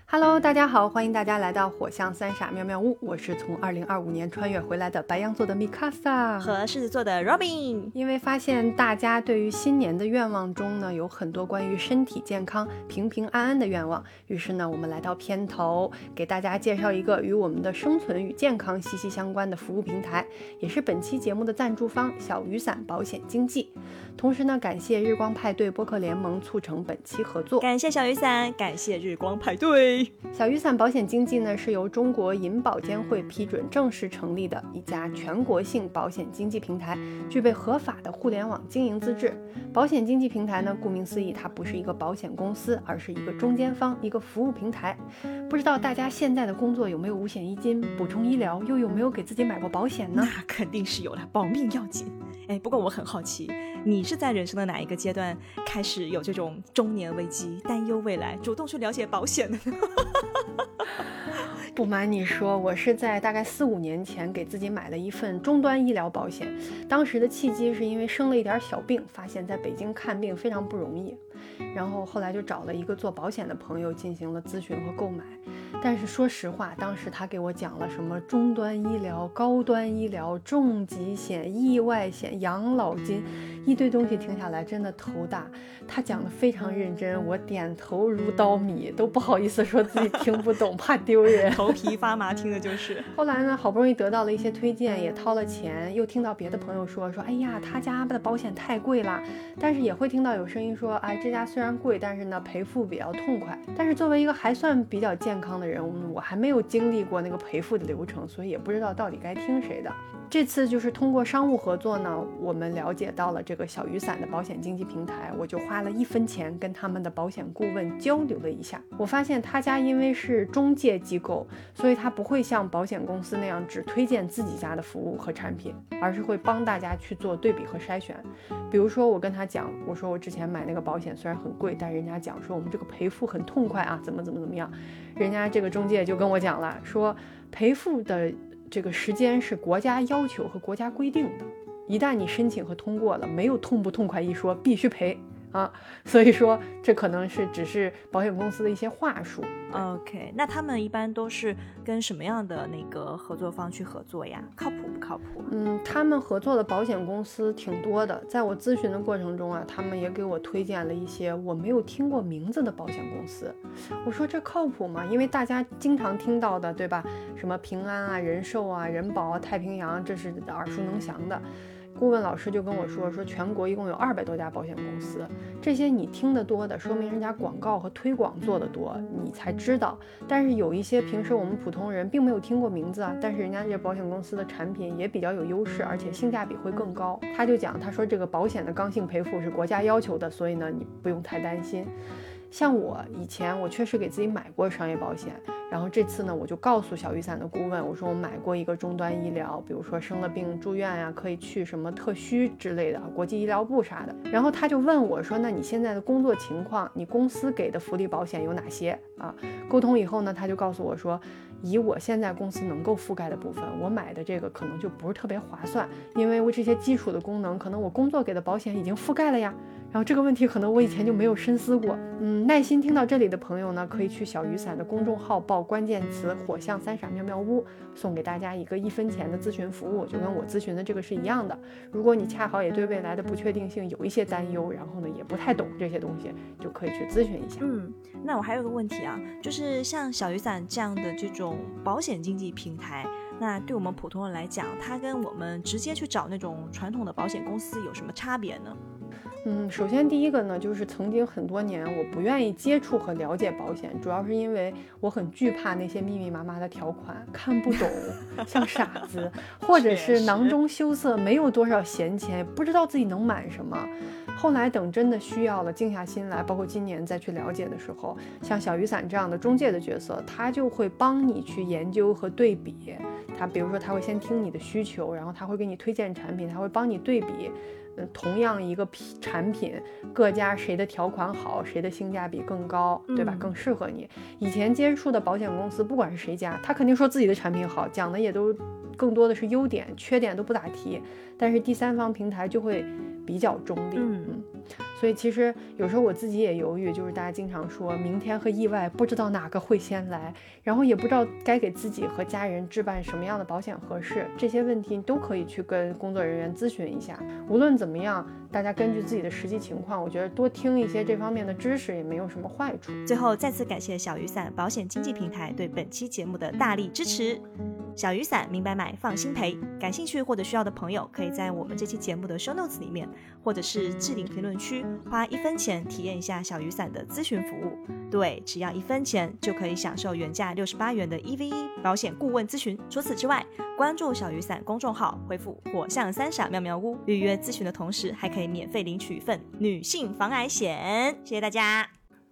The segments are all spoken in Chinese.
Hello， 大家好，欢迎大家来到火象三傻妙妙屋，我是从2025年穿越回来的白羊座的米卡萨和狮子座的 Robin。 因为发现大家对于新年的愿望中呢，有很多关于身体健康、平平安安的愿望，于是呢，我们来到片头，给大家介绍一个与我们的生存与健康息息相关的服务平台，也是本期节目的赞助方小雨伞保险经纪。同时呢，感谢日光派对播客联盟促成本期合作， 感谢小雨伞，感谢日光派对。 小雨伞保险经纪呢，是由中国银保监会批准正式成立的一家全国性保险经纪平台，具备合法的互联网经营资质。保险经纪平台呢，顾名思义，它不是一个保险公司，而是一个中间方，一个服务平台。不知道大家现在的工作有没有五险一金、补充医疗，又有没有给自己买过保险呢？ 那肯定是有了，保命要紧。不过我很好奇，你是在人生的哪一个阶段开始有这种中年危机、担忧未来、主动去了解保险的呢？ 不瞒你说，我是在大概4-5年前给自己买了一份终端医疗保险。当时的契机是因为生了一点小病，发现在北京看病非常不容易，然后后来就找了一个做保险的朋友进行了咨询和购买。但是说实话，当时他给我讲了什么终端医疗、高端医疗、重疾险、意外险、养老金，一堆东西听下来真的头大。他讲的非常认真，我点头如刀米，都不好意思说自己听不懂，怕丢人， 头皮发麻，听的就是。 后来呢，好不容易得到了一些推荐，也掏了钱，又听到别的朋友说，哎呀，他家的保险太贵了，但是也会听到有声音说，哎，这家虽然贵，但是呢赔付比较痛快。但是作为一个还算比较健康的人，我还没有经历过那个赔付的流程，所以也不知道到底该听谁的。这次就是通过商务合作呢，我们了解到了这个小雨伞的保险经纪平台，我就花了1分钱跟他们的保险顾问交流了一下。我发现他家因为是中介机构，所以他不会像保险公司那样只推荐自己家的服务和产品，而是会帮大家去做对比和筛选。比如说我跟他讲，我说我之前买那个保险虽然很贵，但人家讲说我们这个赔付很痛快啊，怎么样，人家这个中介就跟我讲了，说赔付的这个时间是国家要求和国家规定的，一旦你申请和通过了，没有痛不痛快一说，必须赔啊。所以说这可能是只是保险公司的一些话术。 OK， 那他们一般都是跟什么样的那个合作方去合作呀？靠谱不靠谱？ 他们合作的保险公司挺多的，在我咨询的过程中啊，他们也给我推荐了一些我没有听过名字的保险公司。我说这靠谱吗？因为大家经常听到的，对吧？什么平安啊、人寿啊、人保啊、太平洋，这是耳熟能详的。顾问老师就跟我说全国一共有200多家保险公司，这些你听得多的，说明人家广告和推广做得多，你才知道。但是有一些平时我们普通人并没有听过名字啊，但是人家这保险公司的产品也比较有优势，而且性价比会更高。他就讲，他说这个保险的刚性赔付是国家要求的，所以呢你不用太担心。像我以前我确实给自己买过商业保险，然后这次呢我就告诉小雨伞的顾问，我说我买过一个终端医疗，比如说生了病住院呀，可以去什么特需之类的国际医疗部啥的。然后他就问我说，那你现在的工作情况，你公司给的福利保险有哪些啊？沟通以后呢，他就告诉我说，以我现在公司能够覆盖的部分，我买的这个可能就不是特别划算，因为我这些基础的功能可能我工作给的保险已经覆盖了呀。然后这个问题可能我以前就没有深思过。耐心听到这里的朋友呢，可以去小雨伞的公众号报关键词火象三傻妙妙屋，送给大家一个1分钱的咨询服务，就跟我咨询的这个是一样的。如果你恰好也对未来的不确定性有一些担忧，然后呢也不太懂这些东西，就可以去咨询一下。 那我还有个问题啊，就是像小雨伞这样的这种保险经纪平台，那对我们普通人来讲，它跟我们直接去找那种传统的保险公司有什么差别呢？ 首先第一个呢，就是曾经很多年我不愿意接触和了解保险，主要是因为我很惧怕那些密密麻麻的条款，看不懂，像傻子，或者是囊中羞涩，没有多少闲钱，不知道自己能买什么。后来等真的需要了，静下心来，包括今年再去了解的时候，像小雨伞这样的中介的角色，他就会帮你去研究和对比。他比如说他会先听你的需求，然后他会给你推荐产品，他会帮你对比同样一个产品，各家谁的条款好，谁的性价比更高，对吧？更适合你。以前接触的保险公司，不管是谁家，他肯定说自己的产品好，讲的也都更多的是优点，缺点都不咋提。但是第三方平台就会比较中立。 所以其实有时候我自己也犹豫，就是大家经常说明天和意外不知道哪个会先来，然后也不知道该给自己和家人置办什么样的保险合适，这些问题你都可以去跟工作人员咨询一下。无论怎么样，大家根据自己的实际情况，我觉得多听一些这方面的知识也没有什么坏处。 最后再次感谢小雨伞保险经纪平台对本期节目的大力支持。小雨伞明白买放心赔，感兴趣或者需要的朋友可以在我们这期节目的 show notes 里面，或者是置顶评论区花1分钱体验一下小雨伞的咨询服务。对，只要1分钱就可以享受原价68元的1v1保险顾问咨询。除此之外，关注小雨伞公众号，回复火象3傻妙妙屋预约咨询的同时，还可以免费领取一份女性防癌险。谢谢大家。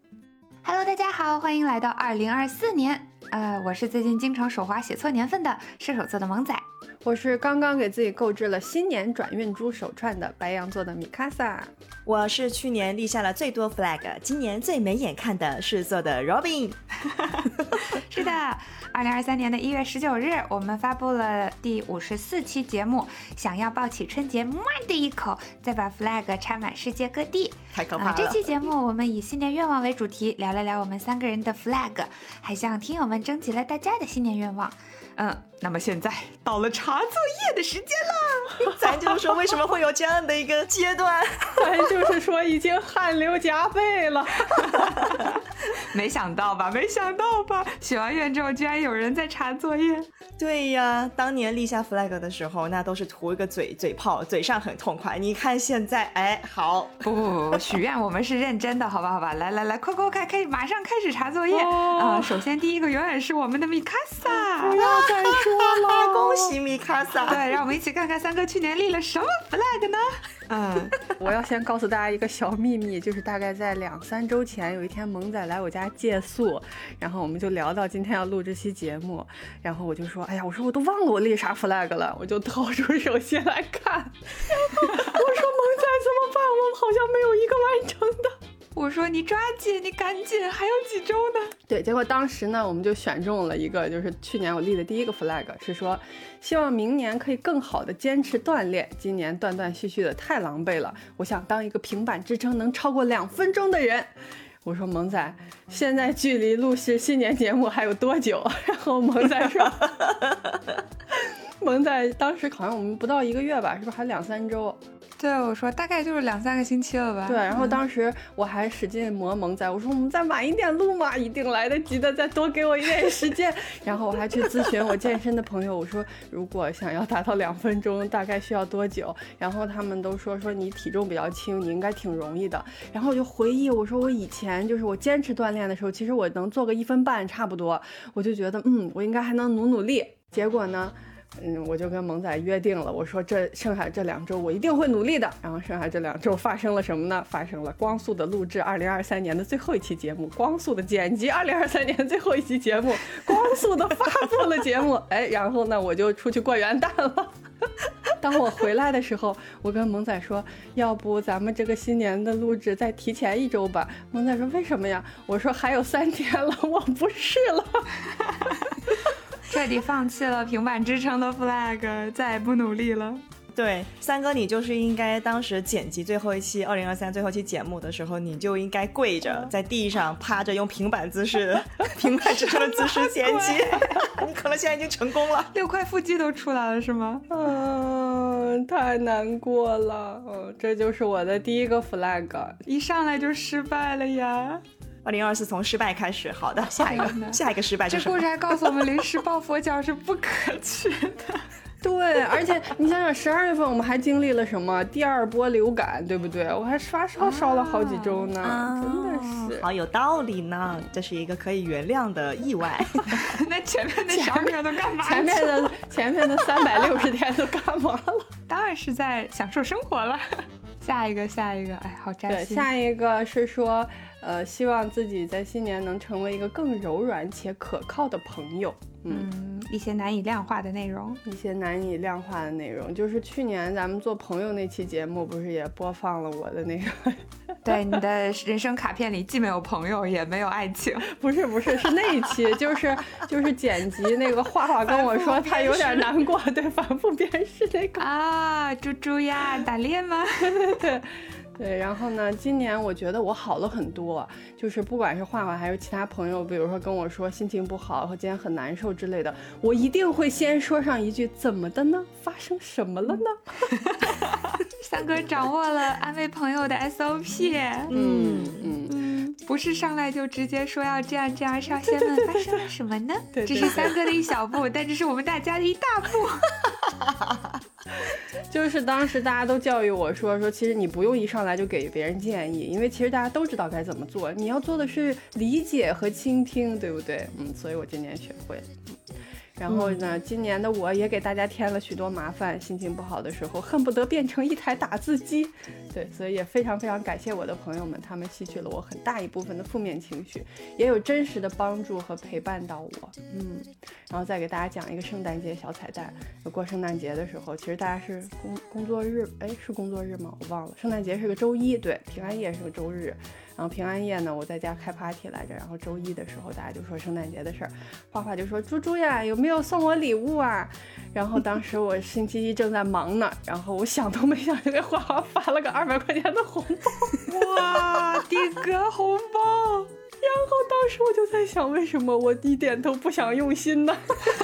Hello， 大家好，欢迎来到2024年。我是最近经常手滑写错年份的射手座的萌仔。 我是刚刚给自己购置了新年转运珠手串的白羊座的米卡萨。 我是去年立下了最多 flag， 今年最没眼看的狮子座的 Robin。 是的，2023年的1月19日，我们发布了第54期节目，想要抱起春节慢的一口，再把 flag 插满世界各地。 太可怕了。 这期节目我们以新年愿望为主题，聊了聊我们3个人的 flag， 还向听友们征集了大家的新年愿望。那么现在到了查作业的时间了。 咱就是说为什么会有这样的一个阶段， 咱就是说已经汗流浃背了。 没想到吧，许完愿之后居然有人在查作业。 对呀，当年立下 flag 的时候，那都是图一个嘴炮，嘴上很痛快。你看现在，好， 不，许愿我们是认真的，好吧，来，快，马上开始查作业。首先第一个永远是我们的米卡萨。 不要再说了， 恭喜米卡萨。 对，让我们一起看看3哥去年立了什么 flag 呢？ 我要先告诉大家一个小秘密，就是大概在2-3周前，有一天萌仔来我家借宿，然后我们就聊到今天要录这期节目，然后我就说，我说我都忘了我立啥 flag 了，我就掏出手机来看，然后我说萌仔怎么办？我好像没有一个完成的。 我说你抓紧，你赶紧，还有几周呢？ 对，结果当时呢，我们就选中了一个，就是去年我立的第一个 flag， 是说希望明年可以更好的坚持锻炼，今年断断续续的太狼狈了，我想当一个平板支撑能超过2分钟的人。我说萌仔，现在距离录制新年节目还有多久？然后萌仔说萌仔当时好像我们不到1个月吧，是不是还2-3周？ 对，我说大概就是2-3个星期了吧。 对，然后当时我还使劲磨萌仔，我说我们再晚一点录嘛，一定来得及的，再多给我一点时间。然后我还去咨询我健身的朋友，我说如果想要达到2分钟大概需要多久，然后他们都说你体重比较轻，你应该挺容易的。然后我就回忆，我说我以前就是我坚持锻炼的时候，其实我能做个1分半差不多，我就觉得我应该还能努力。结果呢我就跟萌仔约定了，我说剩下这2周我一定会努力的。然后剩下这2周发生了什么呢？发生了光速的录制2023年的最后一期节目，光速的剪辑2023年最后一期节目，光速的发布了节目。然后呢我就出去过元旦了。当我回来的时候，我跟萌仔说，要不咱们这个新年的录制再提前1周吧。萌仔说为什么呀？我说还有3天了，我不试了。 彻底放弃了平板支撑的 flag， 再也不努力了。 对，3哥你就是应该当时剪辑最后一期2023最后一期节目的时候，你就应该跪着在地上趴着，用平板支撑的姿势剪辑。你可能现在已经成功了 ，6块腹肌都出来了是吗？ 太难过了。这就是我的第一个 flag， 一上来就失败了呀。 2024从失败开始。好的，下一个失败就是这故事还告诉我们临时抱佛脚是不可取的。 对，而且你想想12月份我们还经历了什么第2波流感，对不对？我还发烧烧了好几周呢，真的是好有道理呢。这是一个可以原谅的意外。 那前面的12天都干嘛？ 前面的360天都干嘛了？ 当然是在享受生活了。下一个，好扎心。 对，下一个是说希望自己在新年能成为一个更柔软且可靠的朋友。 一些难以量化的内容， 就是去年咱们做朋友那期节目，不是也播放了我的那个对，你的人生卡片里既没有朋友也没有爱情。 不是是那一期，就是剪辑那个画跟我说他有点难过，对，反复辨识那个啊，猪猪呀，打猎吗？ 对对，然后呢，今年我觉得我好了很多，就是不管是画画还有其他朋友，比如说跟我说心情不好和今天很难受之类的，我一定会先说上一句怎么的呢？发生什么了呢？ 三哥掌握了安慰朋友的 SOP。不是上来就直接说要这样这样，是要先问发生了什么呢？这是三哥的一小步，但这是我们大家的一大步。 就是当时大家都教育我说其实你不用一上来就给别人建议，因为其实大家都知道该怎么做，你要做的是理解和倾听，对不对？所以我今年学会了。然后呢，今年的我也给大家添了许多麻烦，心情不好的时候恨不得变成一台打字机。对，所以也非常非常感谢我的朋友们，他们吸取了我很大一部分的负面情绪，也有真实的帮助和陪伴到我。然后再给大家讲一个圣诞节小彩蛋。过圣诞节的时候，其实大家是工作日，是工作日吗？我忘了，圣诞节是个周一，对，平安夜是个周日。然后平安夜呢，我在家开 party 来着，然后周一的时候大家就说圣诞节的事儿，花花就说猪猪呀，有没有送我礼物啊？然后当时我星期一正在忙呢，然后我想都没想就给花花发了个200块钱的红包。 哇，第个红包！ 然后当时我就在想，为什么我一点都不想用心呢？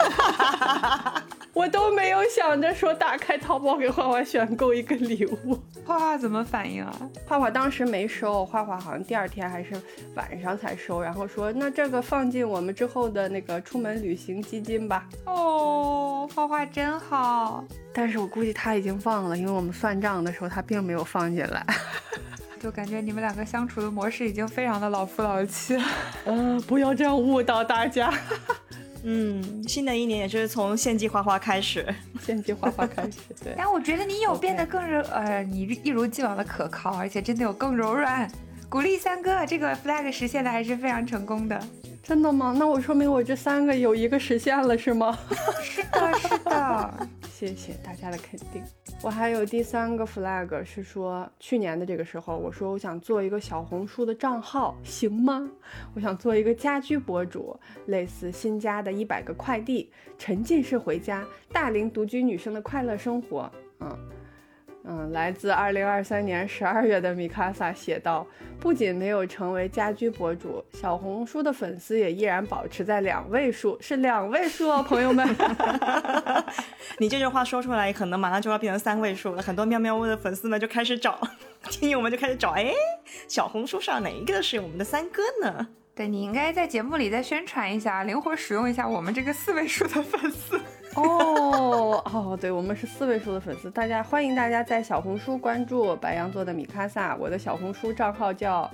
我都没有想着说打开淘宝给花花选购一个礼物。 花花怎么反应啊？ 花花当时没收，花花好像第二天还是晚上才收，然后说那这个放进我们之后的那个出门旅行基金吧。 哦，花花真好。 但是我估计他已经放了，因为我们算账的时候他并没有放进来。 就感觉你们两个相处的模式已经非常的老夫老妻了。 不要这样误导大家。 新的一年也是从献祭花花开始， 献祭花花开始。对， 但我觉得你有变得更你一如既往的可靠，而且真的有更柔软。鼓励三哥，这个 flag 实现的还是非常成功的。 真的吗？那我说明我这3个有一个实现了是吗？ 是的，是的。 谢谢大家的肯定。我还有第3个 flag 是说，去年的这个时候，我说我想做一个小红书的账号，行吗？我想做一个家居博主，类似新家的100个快递、沉浸式回家、大龄独居女生的快乐生活。来自2023年12月的米卡萨写道，不仅没有成为家居博主，小红书的粉丝也依然保持在2位数，是2位数哦，朋友们。 你这句话说出来，可能马上就要变成3位数了。很多喵喵屋的粉丝们就开始找，听友们就开始找，小红书上哪一个是我们的三哥呢？ 对，你应该在节目里再宣传一下，灵活使用一下我们这个4位数的粉丝。 对，我们是4位数的粉丝，欢迎大家在小红书关注白羊座的米卡萨，我的小红书账号叫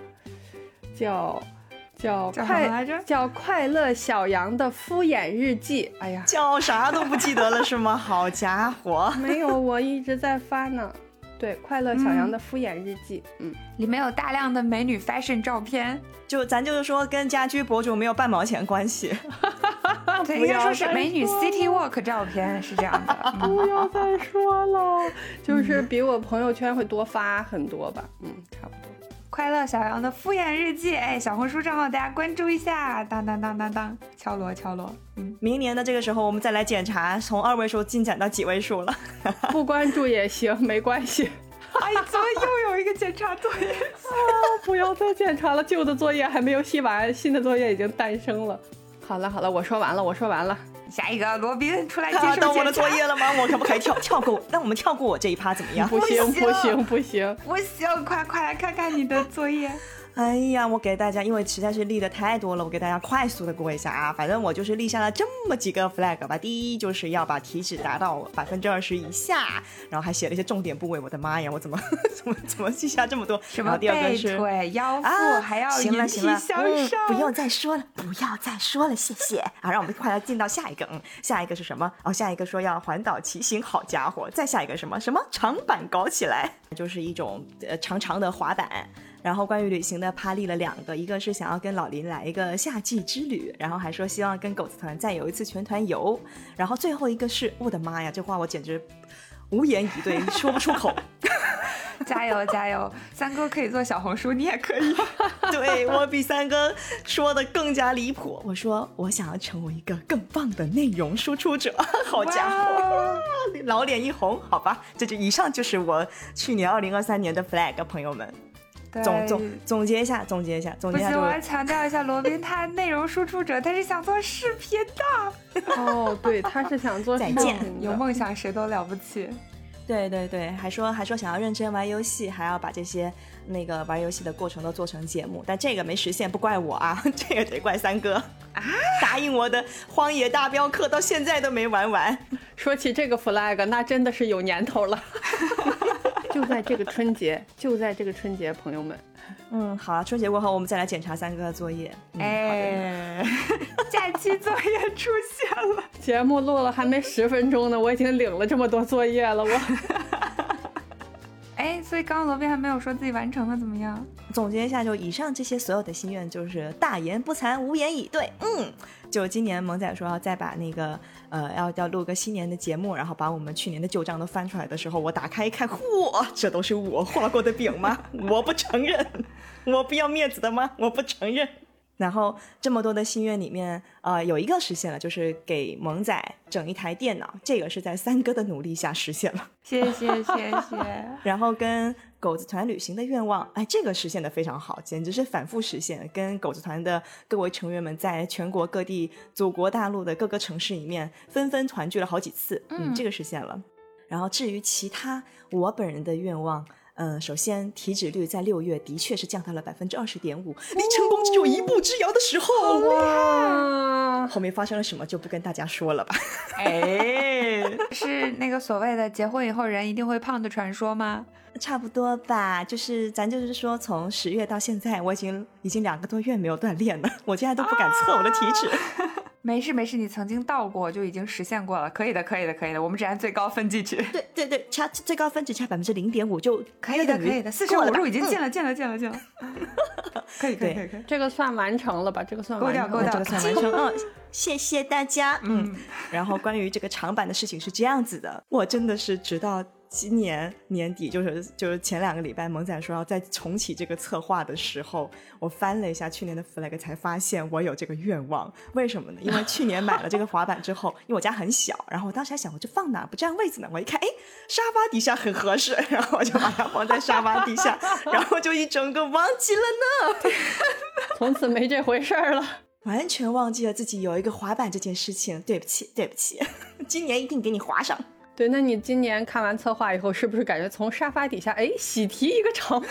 快乐小羊的敷衍日记。哎呀， 叫啥都不记得了是吗？好家伙， 没有，我一直在发呢。对，快乐小羊的敷衍日记。 里面有大量的美女 fashion 照片， 咱就是说跟家居博主没有半毛钱关系。 对，应该说是美女 city walk 照片，是这样的。 不要再说了，就是比我朋友圈会多发很多吧。差不多。 快乐小羊的敷衍日记，小红书账号大家关注一下，当当当当当，敲锣敲锣。 明年的这个时候我们再来检查，从2位数进展到几位数了。 不关注也行，没关系。 怎么又有一个检查作业？ 不要再检查了，旧的作业还没有写完，新的作业已经诞生了。好了，我说完了。 下一个罗宾出来接受检查。 到我的作业了吗？我可不可以跳过？那我们跳过我这一趴怎么样？ 不行， 快来看看你的作业。 哎呀，我给大家，因为实在是立的太多了，我给大家快速的过一下啊。反正我就是立下了这么几个 flag 吧。第一就是要把体脂达到20%以下，然后还写了一些重点部位。我的妈呀，我怎么记下这么多？ 什么背腿、腰腹，还要引体向上。 不用再说了，谢谢。让我们快来进到下一个。下一个是什么？下一个说要环岛骑行，好家伙！再下一个什么长板搞起来，就是一种长长的滑板。然后关于旅行的趴立了2个，一个是想要跟老林来一个夏季之旅，然后还说希望跟狗子团再有一次全团游，然后最后一个是，我的妈呀，这话我简直无言以对，说不出口。 加油加油，三哥可以做小红书，你也可以。 对，我比三哥说的更加离谱，我说我想要成为一个更棒的内容输出者。好家伙，老脸一红。好吧，以上就是我去年2023年的 flag， 朋友们。总结一下。不行， 我要强调一下，罗宾他内容输出者，他是想做视频的。 哦，对，他是想做视频的。再见， 有梦想谁都了不起。 对，还说想要认真玩游戏，还要把这些玩游戏的过程都做成节目，但这个没实现，不怪我啊，这个得怪三哥啊！答应我的《荒野大镖客》到现在都没玩完。 说起这个 flag， 那真的是有年头了。就在这个春节，朋友们。 好啊，春节过后我们再来检查三哥的作业。 假期作业出现了。 节目录了还没10分钟呢，我已经领了这么多作业了，我。 所以刚刚罗宾还没有说自己完成了怎么样？ 总结一下，就以上这些所有的心愿就是大言不惭，无言以对。就今年萌仔说要再把要录个新年的节目，然后把我们去年的旧账都翻出来的时候，我打开一看，嚯，这都是我画过的饼吗？我不承认，我不要面子的吗？我不承认。然后这么多的心愿里面，有一个实现了，就是给萌仔整一台电脑，这个是在三哥的努力下实现了。 谢谢。 然后跟狗子团旅行的愿望，这个实现的非常好，简直是反复实现。跟狗子团的各位成员们在全国各地、祖国大陆的各个城市里面纷纷团聚了好几次，这个实现了。然后至于其他我本人的愿望，首先体脂率在6月的确是降到了20.5%，离成功只有一步之遥的时候。哇！后面发生了什么就不跟大家说了吧。 是那个所谓的结婚以后人一定会胖的传说吗？ 差不多吧，咱就是说从10月到现在，我已经2个多月没有锻炼了，我现在都不敢测我的体脂。 没事，你曾经到过就已经实现过了，可以的，我们只按最高分计去。 对，差最高分只差0.5%就可以的，45路已经进了。可以， 这个算完成了吧？这个算完成， 勾掉， 这个算完成。谢谢大家。然后关于这个长板的事情是这样子的，我真的是直到今年年底，就是前2个礼拜，萌仔说要再重启这个策划的时候，我翻了一下去年的 flag， 才发现我有这个愿望。为什么呢？因为去年买了这个滑板之后，因为我家很小，然后我当时还想，我就放哪不占位子呢？我一看，沙发底下很合适，然后我就把它放在沙发底下，然后就一整个忘记了呢。 从此没这回事了， 完全忘记了自己有一个滑板这件事情。对不起，今年一定给你滑上。 对，那你今年看完策划以后，是不是感觉从沙发底下喜提一个长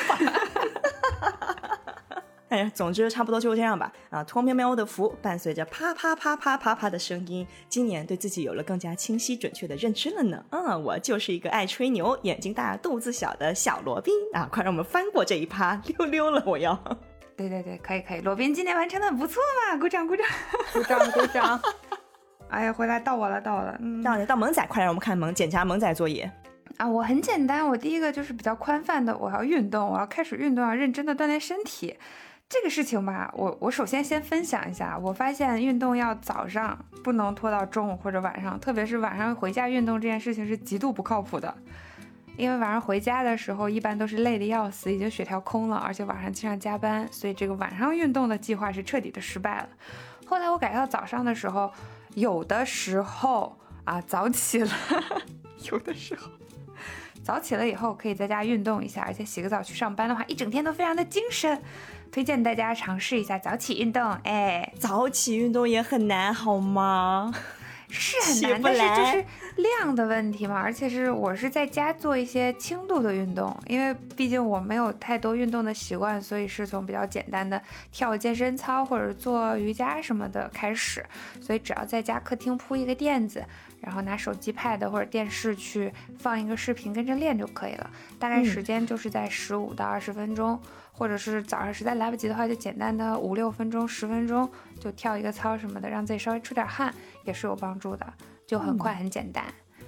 板？ 总之差不多就这样吧。脱喵喵的福伴随着啪啪啪啪啪啪的声音，今年对自己有了更加清晰准确的认知了呢。我就是一个爱吹牛、眼睛大肚子小的小罗宾啊！快让我们翻过这一趴，溜了我要。 对，可以，罗宾今年完成的很不错嘛，鼓掌。哎呀，回来到我了。 到萌仔，快让我们看检查萌仔作业啊！我很简单，我第一个就是比较宽泛的，我要运动，我要开始运动，要认真的锻炼身体。这个事情吧，我首先分享一下，我发现运动要早上，不能拖到中午或者晚上，特别是晚上回家运动这件事情是极度不靠谱的。因为晚上回家的时候一般都是累得要死，已经血条空了，而且晚上经常加班，所以这个晚上运动的计划是彻底的失败了。后来我改到早上的时候，有的时候早起了有的时候早起了以后可以在家运动一下，而且洗个澡去上班的话，一整天都非常的精神，推荐大家尝试一下早起运动。 早起运动也很难好吗？ 是很难，但是就是量的问题嘛，而且我是在家做一些轻度的运动，因为毕竟我没有太多运动的习惯，所以是从比较简单的跳健身操或者做瑜伽什么的开始，所以只要在家客厅铺一个垫子，然后拿手机 pad 或者电视去放一个视频跟着练就可以了，大概时间就是在15到20分钟，或者是早上实在来不及的话，就简单的5-6分钟10分钟就跳一个操什么的，让自己稍微出点汗也是有帮助的，就很快很简单。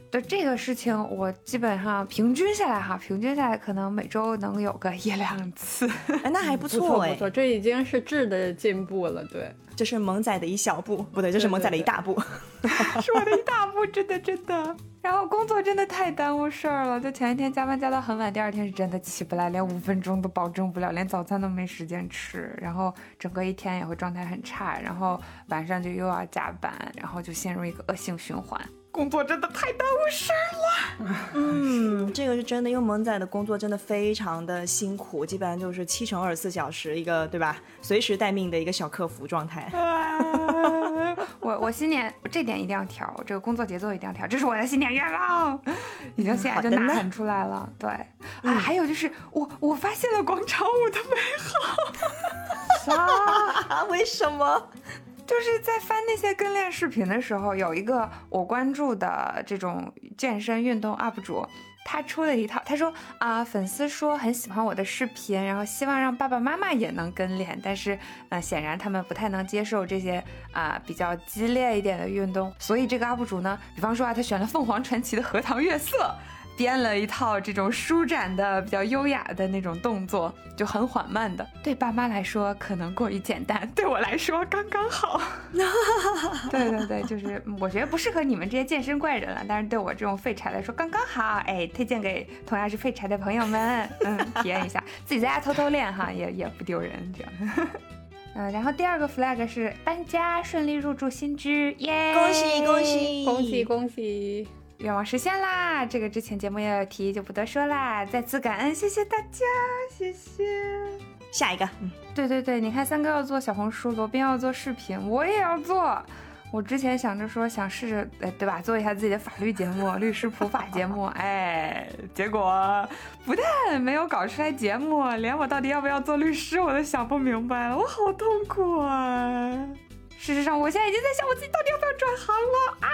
对这个事情，我基本上平均下来可能每周能有个1-2次。 哎，那还不错哎， 不错，这已经是质的进步了。对， 这是萌仔的一小步，不对，这是萌仔的一大步。 是我的一大步，真的。然后工作真的太耽误事儿了，就前一天加班加到很晚，第二天是真的起不来，连5分钟都保证不了，连早餐都没时间吃，然后整个一天也会状态很差，然后晚上就又要加班，然后就陷入一个恶性循环。工作真的太耽误事儿了。这个是真的，因为萌仔的工作真的非常的辛苦，基本上就是7乘24小时一个，对吧？随时待命的一个小客服状态。 我新年这点一定要调，这个工作节奏一定要调，这是我的新年愿望，已经现在就呐喊出来了。对，还有就是我发现了广场舞的美好。 啥？为什么？ 就是在翻那些跟练视频的时候，有一个我关注的这种健身运动 UP 主，他出了一套，他说粉丝说很喜欢我的视频，然后希望让爸爸妈妈也能跟练，但是显然他们不太能接受这些比较激烈一点的运动，所以这个 UP 主呢，比方说他选了凤凰传奇的荷塘月色，编了一套这种舒展的比较优雅的那种动作，就很缓慢的，对爸妈来说可能过于简单，对我来说刚刚好。对，就是我觉得不适合你们这些健身怪人了，但是对我这种废柴来说刚刚好。哎，推荐给同样是废柴的朋友们，体验一下，自己在家偷偷练哈，也不丢人这样。然后第2个 flag 是搬家顺利入住新居，耶！ 恭喜！ 愿望实现啦！这个之前节目也有提，就不多说啦。再次感恩，谢谢大家，谢谢。 下一个， 对，你看三哥要做小红书，罗宾要做视频，我也要做。我之前想着说想试着，对吧，做一下自己的法律节目，律师普法节目，结果不但没有搞出来节目，连我到底要不要做律师我都想不明白了，我好痛苦啊！事实上，我现在已经在想我自己到底要不要转行了啊！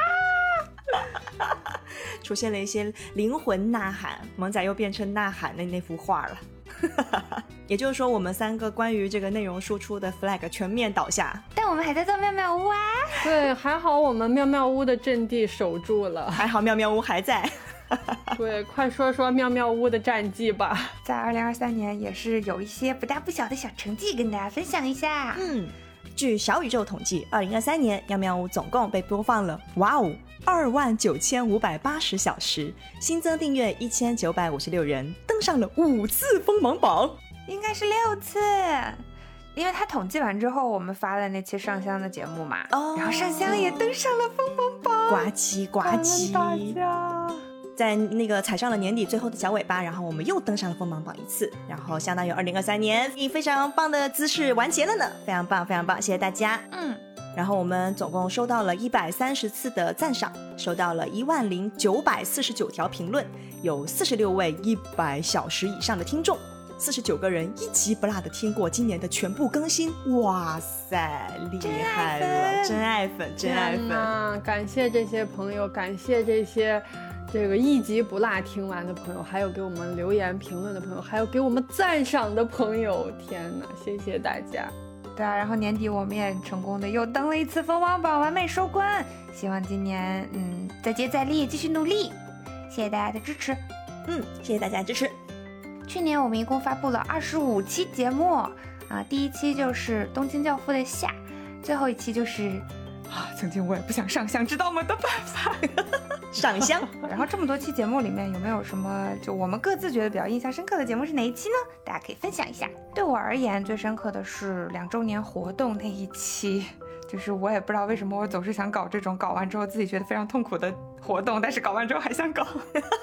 出现了一些灵魂呐喊，萌仔又变成呐喊的那幅画了。也就是说，我们3个关于这个内容输出的 flag 全面倒下， 但我们还在做妙妙屋啊。 对，还好我们妙妙屋的阵地守住了， 还好妙妙屋还在。 对，快说说妙妙屋的战绩吧。 在2023年也是有一些不大不小的小成绩跟大家分享一下。 据小宇宙统计，2023年妙妙屋总共被播放了29580小时，新增订阅1956人，登上了5次锋芒榜， 应该是6次，因为他统计完之后，我们发了那期上香的节目嘛，然后上香也登上了锋芒榜， 呱唧呱唧， 大家。 在那个踩上了年底最后的小尾巴，然后我们又登上了锋芒榜1次，然后相当于2023年以非常棒的姿势完结了呢，非常棒，谢谢大家。然后我们总共收到了130次的赞赏，收到了10949条评论，有46位100小时以上的听众，49个人一集不落的听过今年的全部更新，哇塞，厉害了，真爱粉！ 感谢这些朋友，感谢这些这个一集不落听完的朋友，还有给我们留言评论的朋友，还有给我们赞赏的朋友，天哪，谢谢大家。 对啊，然后年底我们也成功的又登了1次锋芒榜，完美收官。希望今年再接再厉，继续努力。谢谢大家的支持。 谢谢大家的支持。 去年我们一共发布了25期节目第1期就是东京教父的夏，最后1期就是曾经我也不想上香，知道吗的办法上香。 然后这么多期节目里面有没有什么就我们各自觉得比较印象深刻的节目是哪一期呢？大家可以分享一下。对我而言最深刻的是2周年活动那一期，就是我也不知道为什么我总是想搞这种搞完之后自己觉得非常痛苦的活动，但是搞完之后还想搞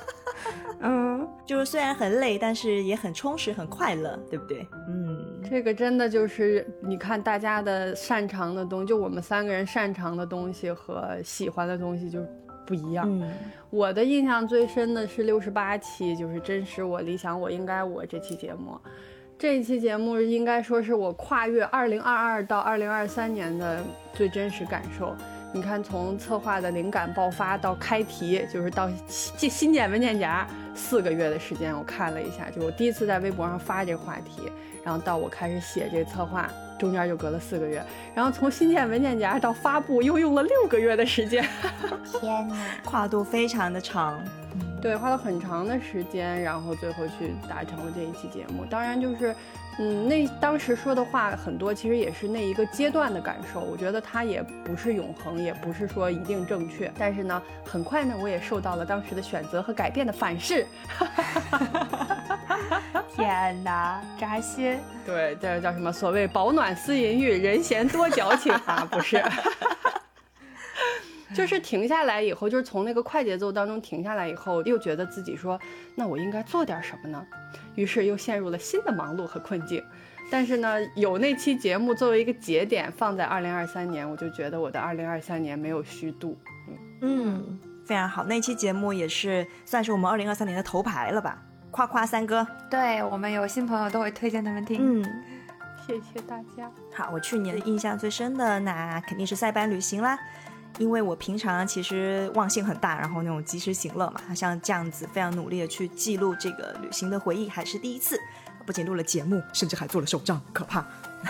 就是虽然很累，但是也很充实很快乐，对不对？ 这个真的就是你看大家的擅长的东西，就我们3个人擅长的东西和喜欢的东西就不一样。我的印象最深的是68期，就是真实我理想我应该我这期节目。这一期节目应该说是我跨越2022到2023年的最真实感受。你看，从策划的灵感爆发到开题，就是到新剪文件夹4个月的时间，我看了一下，就我第一次在微博上发这个话题，然后到我开始写这个策划， 中间就隔了4个月，然后从新建文件夹到发布又用了6个月的时间。 天哪， 跨度非常的长。 对，花了很长的时间，然后最后去达成了这一期节目。当然就是那当时说的话很多其实也是那一个阶段的感受，我觉得它也不是永恒，也不是说一定正确，但是呢很快呢我也受到了当时的选择和改变的反噬。 天哪，扎心。 对，这叫什么所谓饱暖思淫欲，人闲多矫情啊，不是。就是停下来以后，就是从那个快节奏当中停下来以后，又觉得自己说那我应该做点什么呢，于是又陷入了新的忙碌和困境。但是呢有那期节目作为一个节点放在2023年，我就觉得我的2023年没有虚度。 非常好，那期节目也是算是我们2023年的头牌了吧，夸夸三哥。 对，我们有新朋友都会推荐他们听。 谢谢大家。 好，我去年印象最深的那肯定是塞班旅行啦，因为我平常其实忘性很大，然后那种及时行乐嘛，像这样子非常努力的去记录这个旅行的回忆还是第一次，不仅录了节目，甚至还做了手账，可怕。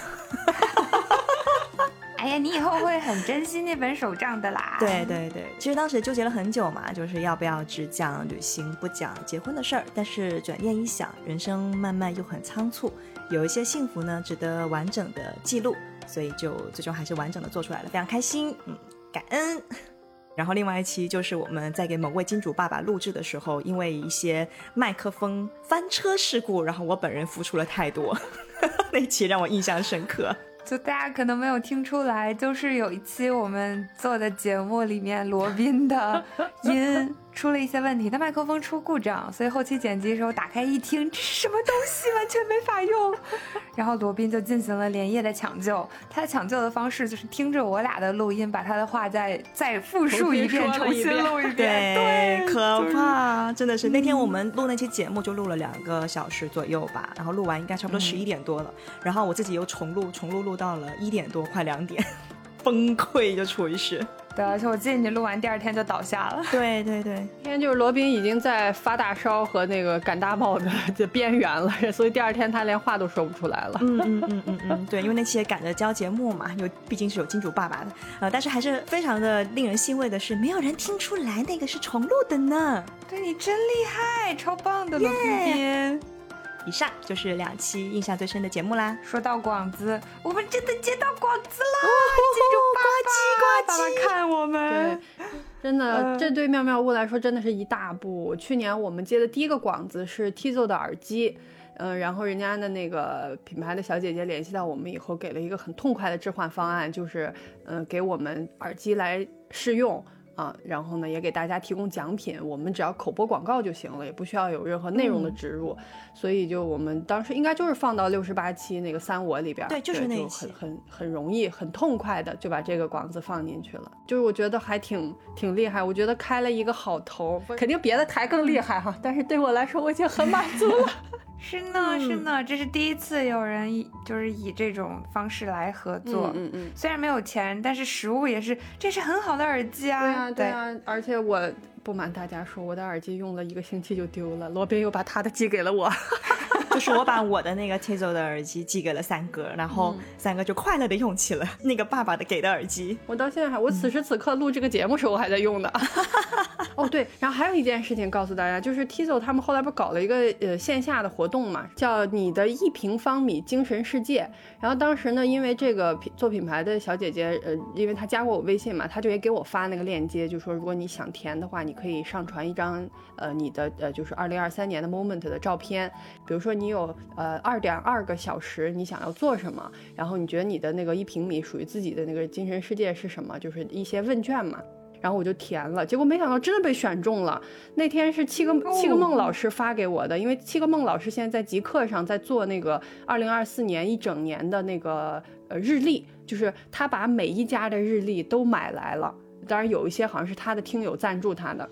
哎呀，你以后会很珍惜那本手账的啦。 对对对，其实当时纠结了很久嘛，就是要不要只讲旅行不讲结婚的事儿，但是转念一想，人生漫漫又很仓促，有一些幸福呢值得完整的记录，所以就最终还是完整的做出来了，非常开心，感恩。然后另外一期就是我们在给某位金主爸爸录制的时候，因为一些麦克风翻车事故，然后我本人付出了太多。那期让我印象深刻。 就大家可能没有听出来，就是有一期我们做的节目里面罗宾的音出了一些问题，他麦克风出故障，所以后期剪辑的时候打开一听，这是什么东西，完全没法用。然后罗宾就进行了连夜的抢救，他的抢救的方式就是听着我俩的录音，把他的话再复述一遍，重新录一遍。对， 可怕，真的是。那天我们录那期节目就录了2个小时左右吧，然后录完应该差不多11点多了，然后我自己又重录到了1点多快2点，崩溃就处于是。 对，而且我记得你录完第2天就倒下了。 对对对， 那天就是罗宾已经在发大烧和那个感大爆的边缘了，所以第2天他连话都说不出来了。 对，因为那期也赶着交节目嘛，因为毕竟是有金主爸爸的，但是还是非常的令人欣慰的是，没有人听出来那个是重录的呢。 对，你真厉害，超棒的罗宾。 以上就是2期印象最深的节目啦。 说到广子，我们真的接到广子啦！ 呱唧呱唧， 爸爸看我们。 对，真的，这对妙妙屋来说真的是一大步。去年我们接的第一个广子是 Tizo 的耳机，然后人家的那个品牌的小姐姐联系到我们以后，给了一个很痛快的置换方案，就是给我们耳机来试用。然后呢也给大家提供奖品，我们只要口播广告就行了，也不需要有任何内容的植入，所以就我们当时应该就是放到68期那个3我里边， 对，就是那一期， 就很容易很痛快的就把这个广子放进去了，就是我觉得还挺厉害，我觉得开了一个好头，肯定别的台更厉害哈，但是对我来说我已经很满足了。 是呢，这是第一次有人就是以这种方式来合作。虽然没有钱，但是实物也是，这是很好的耳机啊。 对啊，而且我不瞒大家说，我的耳机用了1个星期就丢了，罗宾又把他的寄给了我。 就是我把我的那个 Tizo 的耳机寄给了3哥，然后3哥就快乐的用起了那个爸爸的给的耳机。 我到现在我此时此刻录这个节目时候我还在用的。哦对，然后还有一件事情告诉大家，就是 Tizo 他们后来不搞了一个线下的活动嘛，叫你的1平方米精神世界。然后当时呢，因为这个做品牌的小姐姐，因为她加过我微信嘛，她就也给我发那个链接，就说如果你想填的话，你可以上传一张你的就是2023年的 moment 的照片，比如说你有2.2个小时你想要做什么，然后你觉得你的那个1平米属于自己的那个精神世界是什么，就是一些问卷嘛。然后我就填了，结果没想到真的被选中了。那天是七个梦老师发给我的，因为七个梦老师现在在极客上在做那个2024年1整年的那个日历，就是他把每一家的日历都买来了，当然有一些好像是他的听友赞助他的。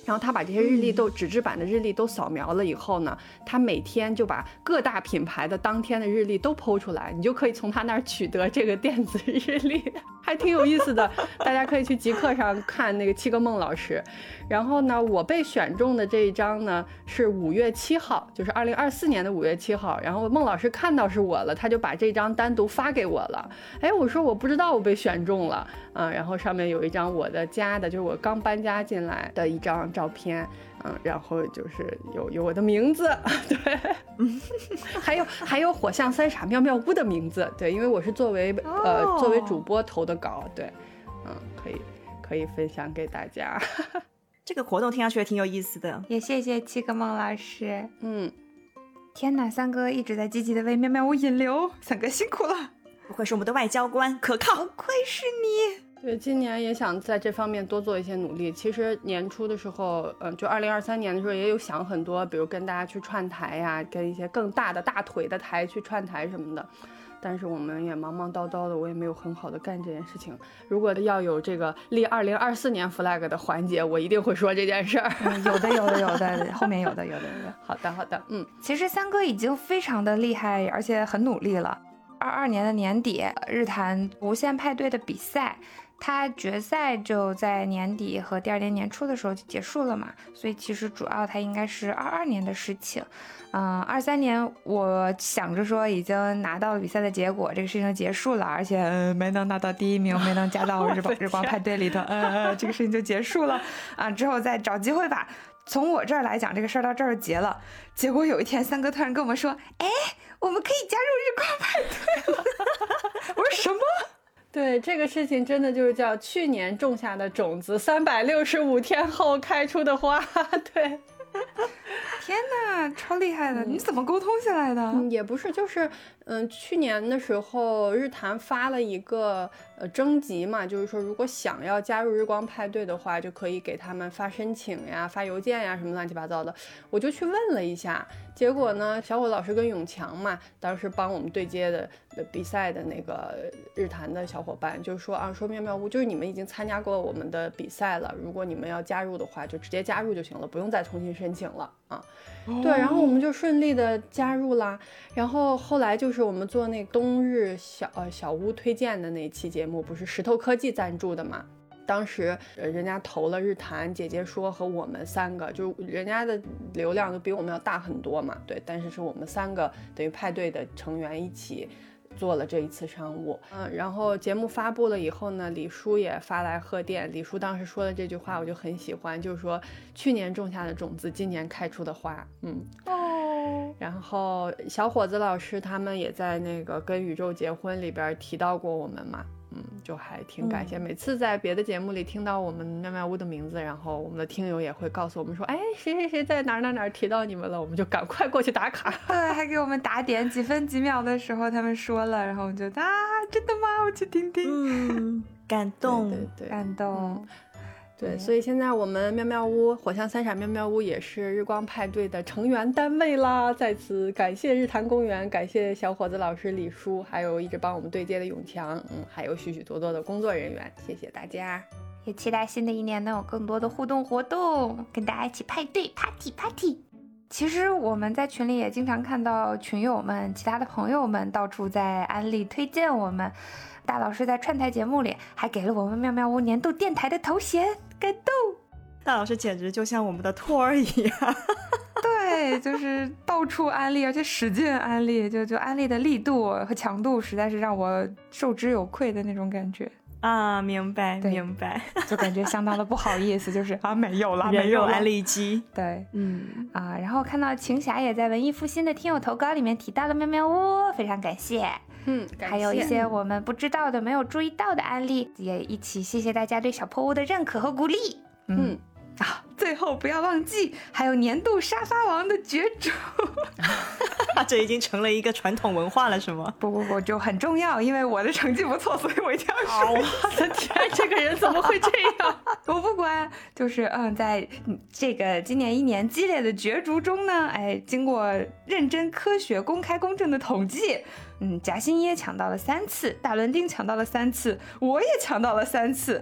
然后他把这些日历都纸质版的日历都扫描了以后呢，他每天就把各大品牌的当天的日历都剖出来，你就可以从他那儿取得这个电子日历，还挺有意思的。大家可以去极客上看那个七个孟老师。然后呢，我被选中的这一张呢是5月7号，就是2024年的5月7号。然后孟老师看到是我了，他就把这张单独发给我了。哎，我说我不知道我被选中了，然后上面有一张我的家的，就是我刚搬家进来的一张照片，然后就是有我的名字，对，还有火象三傻妙妙屋的名字，对，因为我是作为主播投的稿，对，可以分享给大家。 这个活动听上去也挺有意思的， 也谢谢七个孟老师。天哪，三哥一直在积极的为妙妙屋引流，三哥辛苦了， 不愧是我们的外交官，可靠， 不愧是你。 对，今年也想在这方面多做一些努力。其实年初的时候，就2023年的时候也有想很多，比如跟大家去串台呀，跟一些更大的大腿的台去串台什么的。但是我们也忙忙叨叨的，我也没有很好的干这件事情。如果要有这个立2024年 flag 的环节，我一定会说这件事儿。 有的，后面有的。 好的， 其实三哥已经非常的厉害，而且很努力了。22年的年底，日坛无限派对的比赛，它决赛就在年底和第2年年初的时候就结束了嘛，所以其实主要它应该是22年的事情。23年我想着说已经拿到了比赛的结果，这个事情结束了，而且没能拿到第1名，没能加到日光派对里头，这个事情就结束了啊。之后再找机会吧。从我这儿来讲，这个事儿到这儿结了。结果有一天，三哥突然跟我说：“哎，我们可以加入日光派对了。”我说什么？ 对，这个事情真的就是叫去年种下的种子，365天后开出的花。对。 天哪，超厉害的！你怎么沟通下来的？ 也不是，就是去年的时候日坛发了一个征集嘛，就是说如果想要加入日光派对的话，就可以给他们发申请呀、发邮件呀什么乱七八糟的。我就去问了一下，结果呢，小伙老师跟永强嘛，当时帮我们对接的比赛的那个日坛的小伙伴就说说妙妙屋就是你们已经参加过我们的比赛了，如果你们要加入的话，就直接加入就行了，不用再重新申请了啊。对，然后我们就顺利的加入啦。然后后来就是我们做那个冬日小屋推荐的那期节目，不是石头科技赞助的嘛？当时人家投了日坛、姐姐说和我们3个，就是人家的流量都比我们要大很多嘛，对，但是是我们3个等于派对的成员一起做了这一次商务。然后节目发布了以后呢，李叔也发来贺电。李叔当时说的这句话我就很喜欢，就是说去年种下的种子，今年开出的花。然后小伙子老师他们也在那个跟宇宙结婚里边提到过我们嘛，就还挺感谢。每次在别的节目里听到我们妙妙屋的名字，然后我们的听友也会告诉我们说，哎，谁在哪提到你们了，我们就赶快过去打卡。 对，还给我们打点，几分几秒的时候他们说了，然后我们就真的吗？我去听听。 感动， 对， 感动。 对，所以现在我们妙妙屋火象三傻妙妙屋也是日光派对的成员单位啦。在此感谢日坛公园，感谢小伙子老师李叔，还有一直帮我们对接的永强，还有许许多多的工作人员，谢谢大家。 也期待新的一年能有更多的互动活动，跟大家一起派对 party。其实我们在群里也经常看到群友们、其他的朋友们到处在安利推荐我们。大老师在串台节目里还给了我们妙妙屋年度电台的头衔，感动。 大老师简直就像我们的托儿一样。 对，就是到处安利，而且使劲安利，就安利的力度和强度实在是让我受之有愧的那种感觉啊。明白， 就感觉相当的不好意思，就是没有了， 人肉安利机。 对，然后看到晴霞也在文艺复兴的听友投稿里面提到了妙妙屋，非常感谢。还有一些我们不知道的、没有注意到的案例，也一起谢谢大家对小破屋的认可和鼓励。最后不要忘记，还有年度沙发王的角逐。 这已经成了一个传统文化了，是吗？ 不，就很重要，因为我的成绩不错，所以我一定要说。 我的天，这个人怎么会这样？ 我不管，就是在这个今年1年激烈的角逐中呢，经过认真、科学、公开、公正的统计，夹心椰抢到了3次，大伦丁抢到了3次，我也抢到了3次。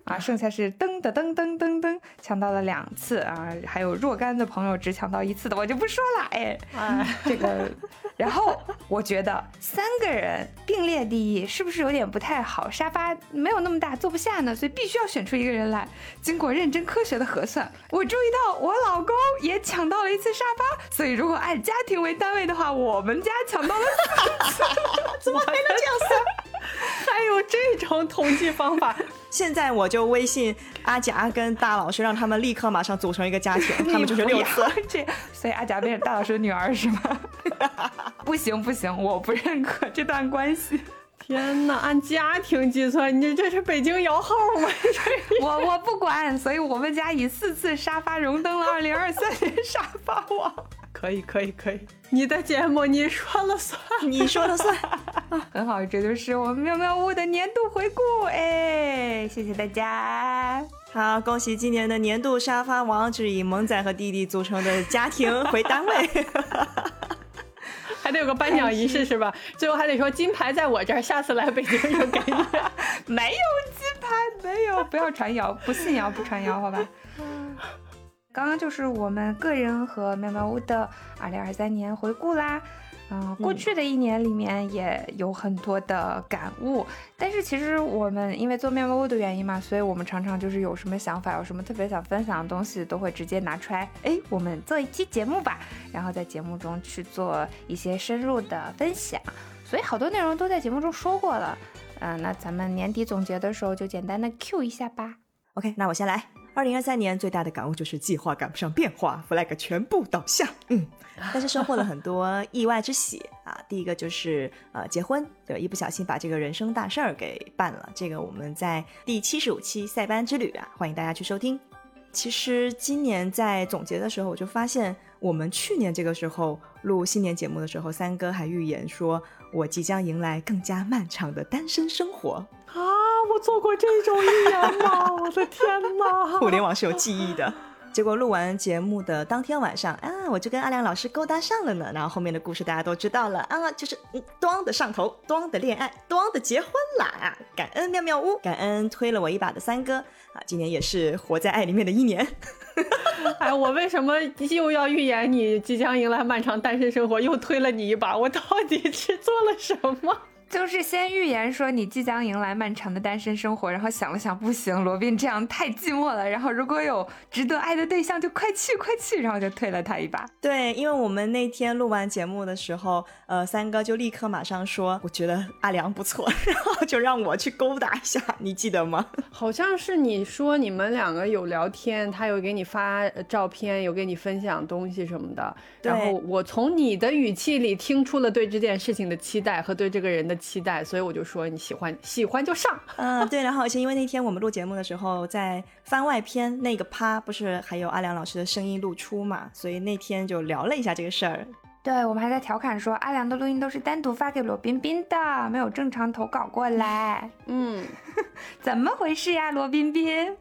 啊，剩下是噔的噔噔噔噔，抢到了2次啊，还有若干的朋友只抢到1次的，我就不说了。这个，然后我觉得3个人并列第一是不是有点不太好？沙发没有那么大，坐不下呢，所以必须要选出一个人来。经过认真科学的核算，我注意到我老公也抢到了1次沙发，所以如果按家庭为单位的话，我们家抢到了4次。 怎么还能这样算？ 还有这种统计方法？ 现在我就微信阿甲跟大老师，让他们立刻马上组成一个家庭，他们就是6次。 所以阿甲变成大老师的女儿是吗？不行不行，我不认可这段关系。 天哪，按家庭计算，你这是北京摇号吗？ 我不管，所以我们家以4次沙发荣登了2023年沙发王。 可以，你的节目你说了算， 你说了算。 很好，这就是我们喵喵屋的年度回顾。谢谢大家。 好，恭喜今年的年度沙发王是以萌仔和弟弟组成的家庭为单位。 还得有个颁奖仪式是吧？最后还得说金牌在我这儿，下次来北京就给你。 没有金牌，没有，不要传谣，不信谣不传谣，好吧？刚刚就是我们个人和喵喵屋的2023年回顾啦。过去的1年里面也有很多的感悟，但是其实我们因为做喵喵屋的原因嘛，所以我们常常就是有什么想法，有什么特别想分享的东西，都会直接拿出来，我们做一期节目吧，然后在节目中去做一些深入的分享，所以好多内容都在节目中说过了。那咱们年底总结的时候就简单的 Q 一下吧。 OK， 那我先来。2023年最大的感悟就是计划赶不上变化 ，flag 全部倒下。但是收获了很多意外之喜啊。第一个就是结婚，对，一不小心把这个人生大事儿给办了。这个我们在第75期塞班之旅啊，欢迎大家去收听。其实今年在总结的时候，我就发现我们去年这个时候录新年节目的时候，三哥还预言说我即将迎来更加漫长的单身生活啊！我做过这种预言吗？我的天哪！ 互联网是有记忆的。结果录完节目的当天晚上啊，我就跟阿良老师勾搭上了呢。然后后面的故事大家都知道了啊，就是咚的上头，咚的恋爱，咚的结婚啦啊！感恩妙妙屋，感恩推了我一把的三哥啊，今年也是活在爱里面的1年。 哎，我为什么又要预言你即将迎来漫长单身生活，又推了你一把？我到底是做了什么？ 就是先预言说你即将迎来漫长的单身生活，然后想了想，不行，罗宾这样太寂寞了，然后如果有值得爱的对象就快去，然后就推了他一把。 对，因为我们那天录完节目的时候，三哥就立刻马上说我觉得阿良不错，然后就让我去勾搭一下，你记得吗？ 好像是你说你们2个有聊天，他有给你发照片，有给你分享东西什么的，然后我从你的语气里听出了对这件事情的期待和对这个人的期待，所以我就说你喜欢就上。 对，然后而且因为那天我们录节目的时候在番外篇那个趴不是还有阿良老师的声音露出嘛，所以那天就聊了一下这个事儿。 对，我们还在调侃说阿良的录音都是单独发给罗彬彬的，没有正常投稿过来。怎么回事呀，罗彬彬？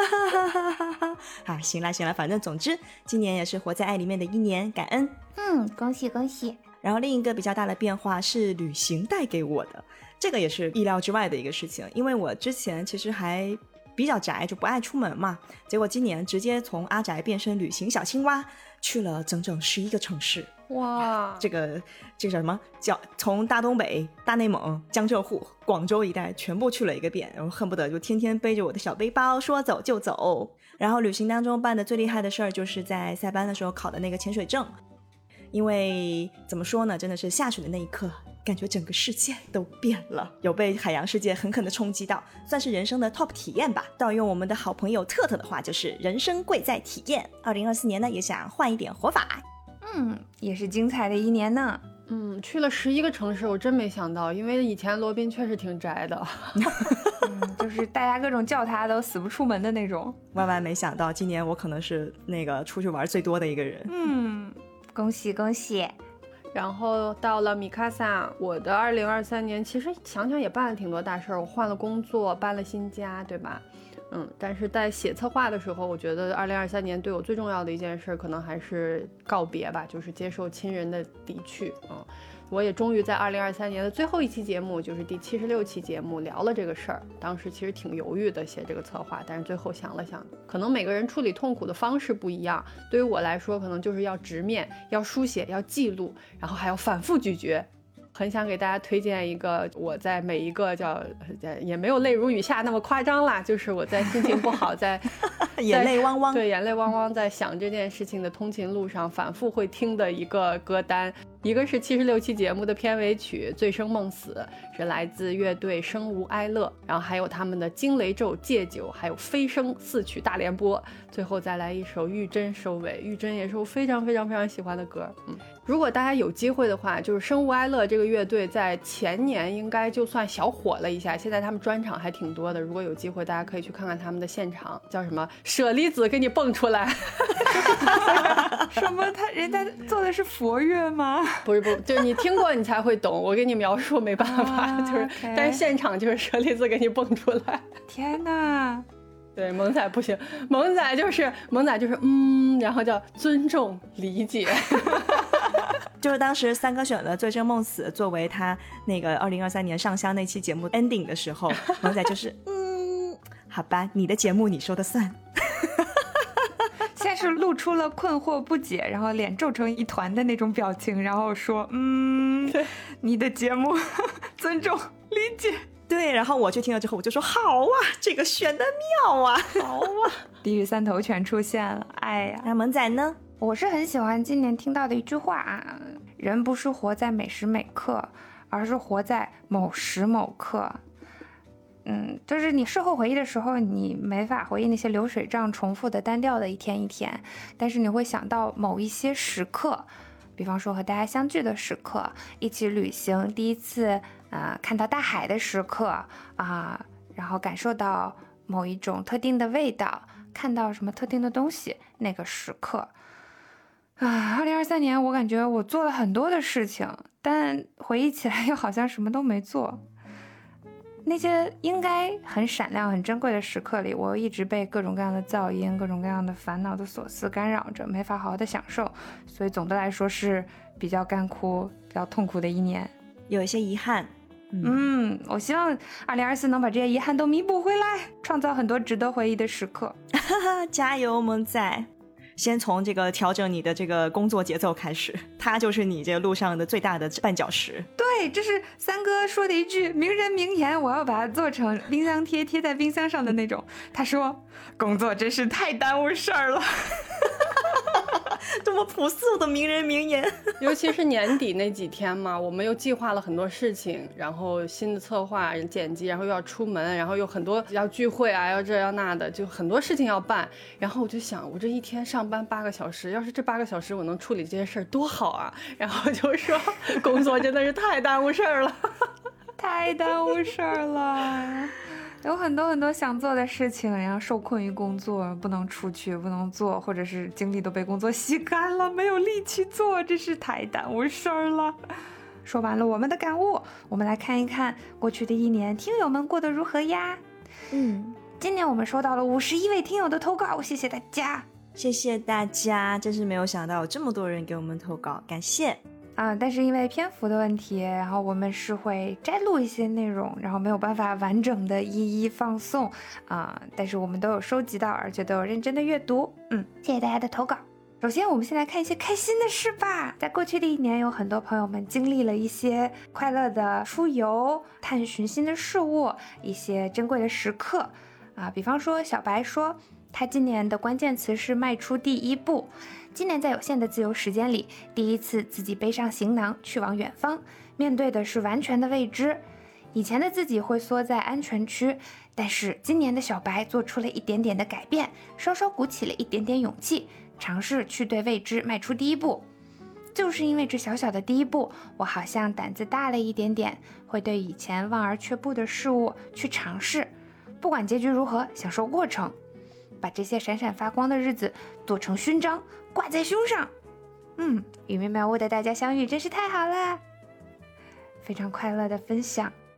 行了，反正总之今年也是活在爱里面的1年，感恩。 恭喜恭喜。 然后另一个比较大的变化是旅行带给我的，这个也是意料之外的一个事情，因为我之前其实还比较宅，就不爱出门嘛，结果今年直接从阿宅变身旅行小青蛙，去了整整11个城市。 哇， 这个叫什么？叫从大东北、大内蒙、江浙沪、广州一带全部去了一个遍，然后恨不得就天天背着我的小背包，说走就走。然后旅行当中办的最厉害的事儿，就是在塞班的时候考的那个潜水证。因为怎么说呢，真的是下水的那一刻感觉整个世界都变了，有被海洋世界狠狠的冲击到，算是人生的 top 体验吧。盗用我们的好朋友特特的话，就是人生贵在体验。2024年呢，也想换一点活法。 也是精彩的1年呢。 去了11个城市，我真没想到，因为以前罗宾确实挺宅的。 就是大家各种叫他都死不出门的那种。 万万没想到今年我可能是那个出去玩最多的一个人。 恭喜恭喜。 然后到了米卡萨，我的2023年其实想想也办了挺多大事儿，我换了工作，搬了新家，对吧？但是在写策划的时候，我觉得2023年对我最重要的一件事可能还是告别吧，就是接受亲人的离去。 我也终于在2023年的最后一期节目，就是第76期节目聊了这个事儿。当时其实挺犹豫的写这个策划，但是最后想了想，可能每个人处理痛苦的方式不一样，对于我来说可能就是要直面，要书写，要记录，然后还要反复咀嚼。很想给大家推荐一个我在每一个也没有泪如雨下那么夸张啦，就是我在心情不好在眼泪汪汪， 对，眼泪汪汪在想这件事情的通勤路上反复会听的一个歌单。一个是76期节目的片尾曲《醉生梦死》，是来自乐队生无哀乐，然后还有他们的惊雷咒、戒酒，还有飞升4曲大联播，最后再来一首玉珍收尾。玉珍也是我非常非常非常喜欢的歌。如果大家有机会的话，就是生无哀乐这个乐队在前年应该就算小火了一下，现在他们专场还挺多的，如果有机会大家可以去看看他们的现场，叫什么舍利子给你蹦出来什么人家做的是佛乐吗？ 不是，就是你听过你才会懂，我给你描述没办法，就是 okay. 但是现场就是舍利子给你蹦出来。 天哪！ 对，萌仔不行，萌仔就是然后叫尊重理解。 就是当时三哥选了《醉生梦死》作为他那个2023年上香那期节目 ending 的时候，萌仔就是好吧，你的节目你说的算。 先是露出了困惑不解，然后脸皱成一团的那种表情，然后说你的节目尊重理解。 对，然后我去听了之后我就说好啊，这个选的妙啊，好啊。 地狱三头全出现了。哎呀， 那萌仔呢？ 我是很喜欢今年听到的一句话啊，人不是活在每时每刻，而是活在某时某刻。就是你事后回忆的时候，你没法回忆那些流水账重复的单调的一天一天，但是你会想到某一些时刻，比方说和大家相聚的时刻，一起旅行，第一次看到大海的时刻然后感受到某一种特定的味道，看到什么特定的东西，那个时刻。2023年我感觉我做了很多的事情，但回忆起来又好像什么都没做。那些应该很闪亮很珍贵的时刻里，我一直被各种各样的噪音，各种各样的烦恼的琐事干扰着，没法好好的享受，所以总的来说是比较干枯比较痛苦的一年， 有一些遗憾。 我希望2024能把这些遗憾都弥补回来，创造很多值得回忆的时刻。 加油萌仔，先从这个调整你的这个工作节奏开始，它就是你这个路上的最大的绊脚石。 对，这是三哥说的一句名人名言，我要把它做成冰箱贴，贴在冰箱上的那种。他说工作真是太耽误事儿了。 这么朴素的名人名言。 尤其是年底那几天嘛，我们又计划了很多事情，然后新的策划剪辑，然后又要出门，然后又很多要聚会啊，要这要那的，就很多事情要办。然后我就想，我这一天上班8个小时，要是这8个小时我能处理这些事儿多好啊。然后就说工作真的是太耽误事儿了。 太耽误事儿了，有很多很多想做的事情，然后受困于工作，不能出去，不能做，或者是精力都被工作吸干了，没有力气做，真是太耽误事儿了。说完了我们的感悟，我们来看一看过去的一年听友们过得如何呀。今年我们收到了51位听友的投稿，谢谢大家。 谢谢大家，真是没有想到有这么多人给我们投稿，感谢。 但是因为篇幅的问题，然后我们是会摘录一些内容，然后没有办法完整的一一放送但是我们都有收集到，而且都有认真的阅读。谢谢大家的投稿。首先我们先来看一些开心的事吧。在过去的一年，有很多朋友们经历了一些快乐的出游，探寻新的事物，一些珍贵的时刻比方说小白说他今年的关键词是迈出第一步。今年在有限的自由时间里，第一次自己背上行囊去往远方，面对的是完全的未知。以前的自己会缩在安全区，但是今年的小白做出了一点点的改变，稍稍鼓起了一点点勇气，尝试去对未知迈出第一步。就是因为这小小的第一步，我好像胆子大了一点点，会对以前望而却步的事物去尝试，不管结局如何，享受过程，把这些闪闪发光的日子做成勋章挂在胸上。与妙妙屋的大家相遇真是太好了，非常快乐的分享。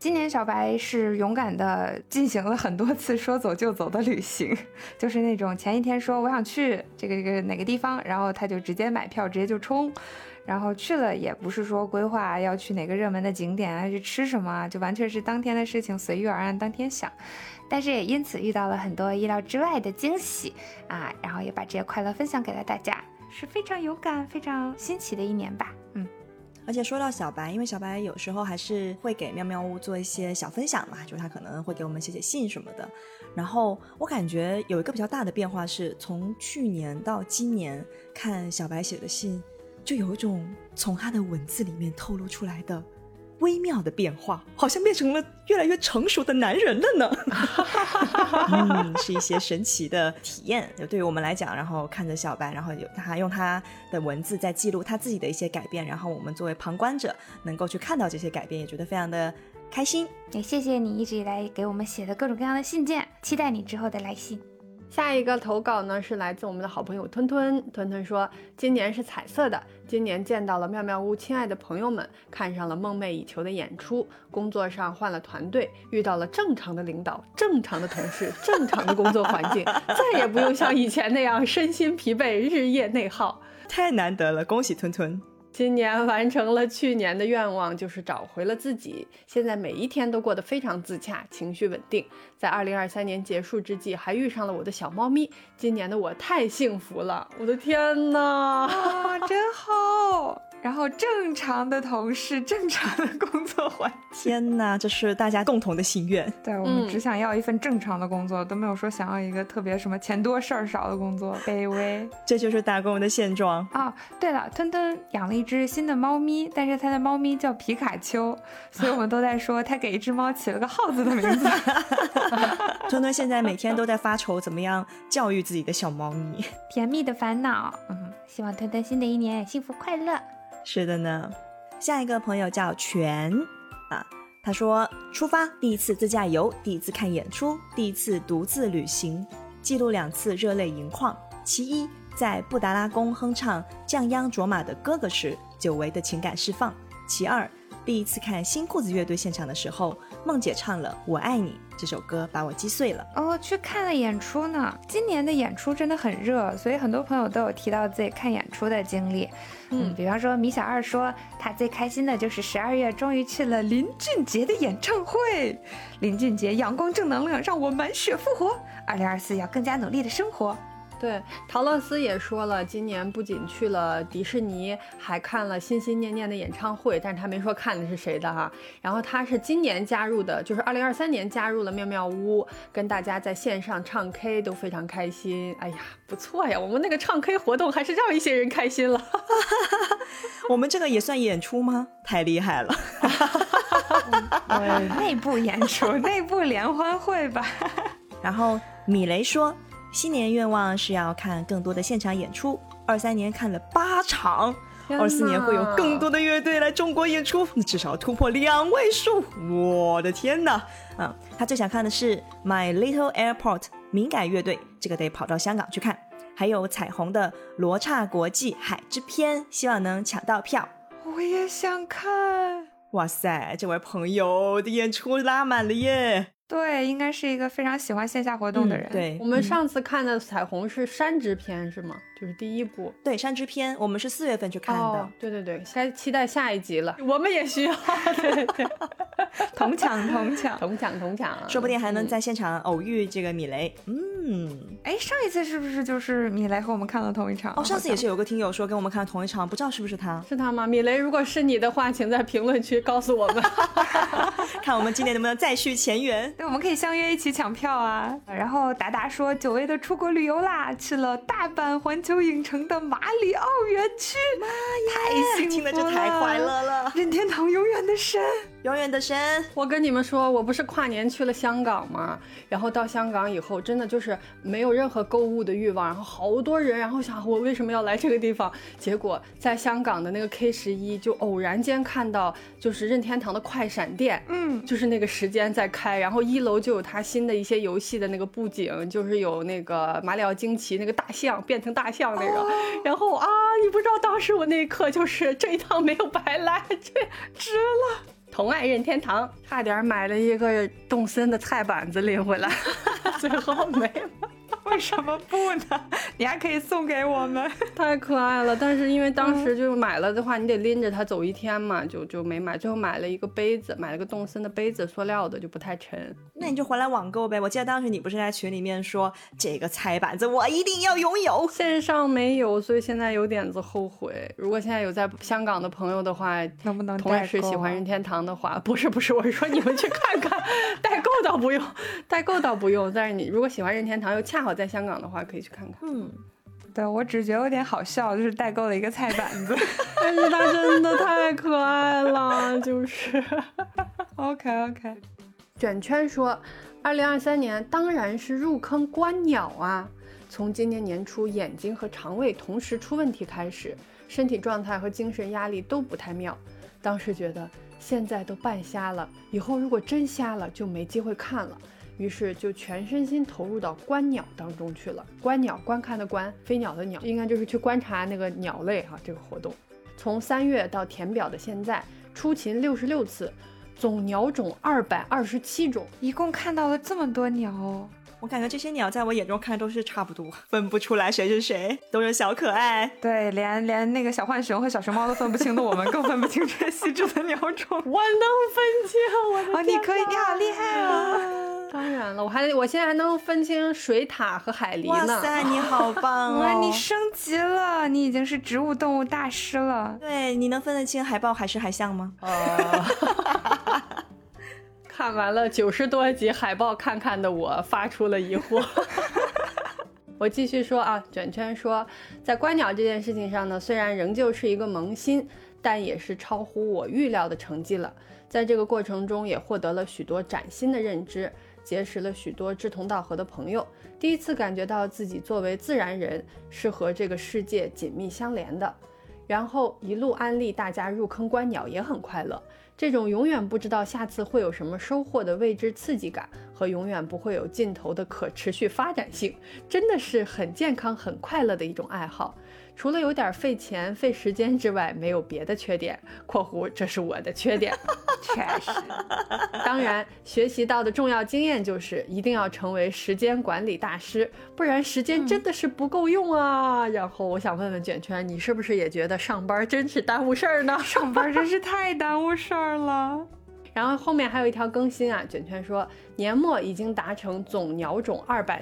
今年小白是勇敢的进行了很多次说走就走的旅行，就是那种前一天说我想去这个哪个地方，然后他就直接买票直接就冲，然后去了也不是说规划要去哪个热门的景点啊，去吃什么，就完全是当天的事情随遇而安，当天想。但是也因此遇到了很多意料之外的惊喜啊，然后也把这些快乐分享给了大家，是非常勇敢非常新奇的一年吧。 而且说到小白，因为小白有时候还是会给妙妙屋做一些小分享嘛，就是他可能会给我们写信什么的。然后我感觉有一个比较大的变化是，从去年到今年看小白写的信，就有一种从他的文字里面透露出来的微妙的变化，好像变成了越来越成熟的男人了呢。是一些神奇的体验，对于我们来讲，然后看着小白，然后他用他的文字在记录他自己的一些改变，然后我们作为旁观者能够去看到这些改变，也觉得非常的开心。 也谢谢你一直以来给我们写的各种各样的信件，期待你之后的来信。 下一个投稿呢是来自我们的好朋友吞吞。吞吞说，今年是彩色的，今年见到了妙妙屋亲爱的朋友们，看上了梦寐以求的演出，工作上换了团队，遇到了正常的领导，正常的同事，正常的工作环境，再也不用像以前那样身心疲惫，日夜内耗， 太难得了，恭喜吞吞。 今年完成了去年的愿望，就是找回了自己。现在每一天都过得非常自洽，情绪稳定。在2023年结束之际，还遇上了我的小猫咪。今年的我太幸福了，我的天哪， 真好。然后正常的同事，正常的工作环境。 天哪，这是大家共同的心愿。 对，我们只想要一份正常的工作，都没有说想要一个特别什么钱多事儿少的工作，卑微。 这就是打工人的现状。 对了，吞吞养了一只新的猫咪，但是他的猫咪叫皮卡丘，所以我们都在说他给一只猫起了个耗子的名字。 吞吞现在每天都在发愁怎么样教育自己的小猫咪， 甜蜜的烦恼。希望吞吞新的一年幸福快乐。 是的呢。下一个朋友叫全他说，出发第一次自驾游，第一次看演出，第一次独自旅行，记录2次热泪盈眶。其一，在布达拉宫哼唱降央卓玛的哥哥时，久违的情感释放。其二，第一次看新裤子乐队现场的时候，梦姐唱了我爱你这首歌，把我击碎了。 去看了演出呢。今年的演出真的很热，所以很多朋友都有提到自己看演出的经历。比方说米小二说他最开心的就是12月终于去了林俊杰的演唱会。林俊杰阳光正能量，让我满血复活，2024要更加努力的生活。 对，陶乐斯也说了，今年不仅去了迪士尼，还看了心心念念的演唱会，但是他没说看的是谁的哈。然后他是今年加入的，就是2023年加入了妙妙屋，跟大家在线上唱 K 都非常开心。哎呀，不错呀，我们那个唱 K 活动还是让一些人开心了。 我们这个也算演出吗？太厉害了。 内部演出，内部联欢会吧。 然后米雷说，新年愿望是要看更多的现场演出，23年看了8场，24年会有更多的乐队来中国演出，至少突破2位数。我的天哪！他最想看的是 My Little Airport 敏感乐队，这个得跑到香港去看。还有彩虹的罗刹国际海之篇，希望能抢到票。 我也想看。 哇塞，这位朋友的演出拉满了耶。 对，应该是一个非常喜欢线下活动的人。 对， 我们上次看的彩虹是山之篇是吗？就是第1部。 对，山之篇我们是4月份去看的。 对对对，该期待下一集了。我们也需要。对对， 同抢， 说不定还能在现场偶遇这个米雷。 上一次是不是就是米雷和我们看了同一场？ 上次也是有个听友说跟我们看了同一场，不知道是不是他？ 是他吗？米雷，如果是你的话，请在评论区告诉我们， 看我们今年能不能再续前缘。 对，我们可以相约一起抢票啊。然后达达说久违的出国旅游啦，去了大阪环球影城的马里奥园区。 妈呀，太幸福了， 听了就太快乐了。 任天堂永远的神， 永远的神。 我跟你们说，我不是跨年去了香港吗？然后到香港以后，真的就是没有任何购物的欲望，然后好多人，然后想我为什么要来这个地方？结果在香港的那个 K11就偶然间看到，就是任天堂的快闪店，就是那个时间在开，然后1楼就有它新的一些游戏的那个布景，就是有那个马里奥惊奇那个大象变成大象那个，然后你不知道当时我那一刻就是这一趟没有白来，这值了。 同爱任天堂，差点买了一个动森的菜板子拎回来，最后没买。 为什么不呢？你还可以送给我们。 太可爱了，但是因为当时就买了的话，你得拎着它走一天嘛，就没买。最后买了一个杯子，买了个动森的杯子，塑料的，就不太沉。 那你就回来网购呗。我记得当时你不是在群里面说这个菜板子我一定要拥有， 线上没有，所以现在有点子后悔。如果现在有在香港的朋友的话， 能不能同样是喜欢任天堂的话，不是，我是说你们去看看，代购倒不用，但是你如果喜欢任天堂又恰好在香港的话，可以去看看。 对，我只觉得有点好笑，就是代购了一个菜板子， 但是它真的太可爱了，就是 OK。 卷圈说2023年当然是入坑观鸟啊，从今年年初眼睛和肠胃同时出问题开始，身体状态和精神压力都不太妙，当时觉得现在都半瞎了，以后如果真瞎了就没机会看了，于是就全身心投入到观鸟当中去了。观鸟，观看的观，飞鸟的鸟，应该就是去观察那个鸟类哈。这个活动从3月到填表的现在，出勤66次，总鸟种227种， 一共看到了这么多鸟哦。 我感觉这些鸟在我眼中看都是差不多，分不出来谁是谁，都是小可爱。 对，连那个小浣熊和小熊猫都分不清的我们更分不清这细致的鸟种。 我能分清，我的天哪， 你可以，你好厉害啊！ 当然了，我现在还能分清水獭和海狸呢。 哇塞，你好棒哦！ 哇，你升级了，你已经是植物动物大师了。 对，你能分得清海豹还是海象吗？ 看完了90多集海报看看的我发出了疑惑。我继续说啊，卷圈说，在观鸟这件事情上呢，虽然仍旧是一个萌新，但也是超乎我预料的成绩了。在这个过程中也获得了许多崭新的认知，结识了许多志同道合的朋友，第一次感觉到自己作为自然人是和这个世界紧密相连的。然后一路安利大家入坑观鸟也很快乐，这种永远不知道下次会有什么收获的未知刺激感和永远不会有尽头的可持续发展性，真的是很健康很快乐的一种爱好。除了有点费钱费时间之外，没有别的缺点（括弧这是我的缺点）。确实，当然学习到的重要经验就是一定要成为时间管理大师，不然时间真的是不够用啊。然后我想问问卷圈，你是不是也觉得上班真是耽误事儿呢？ 上班真是太耽误事儿了。 然后后面还有一条更新啊，卷圈说年末已经达成总鸟种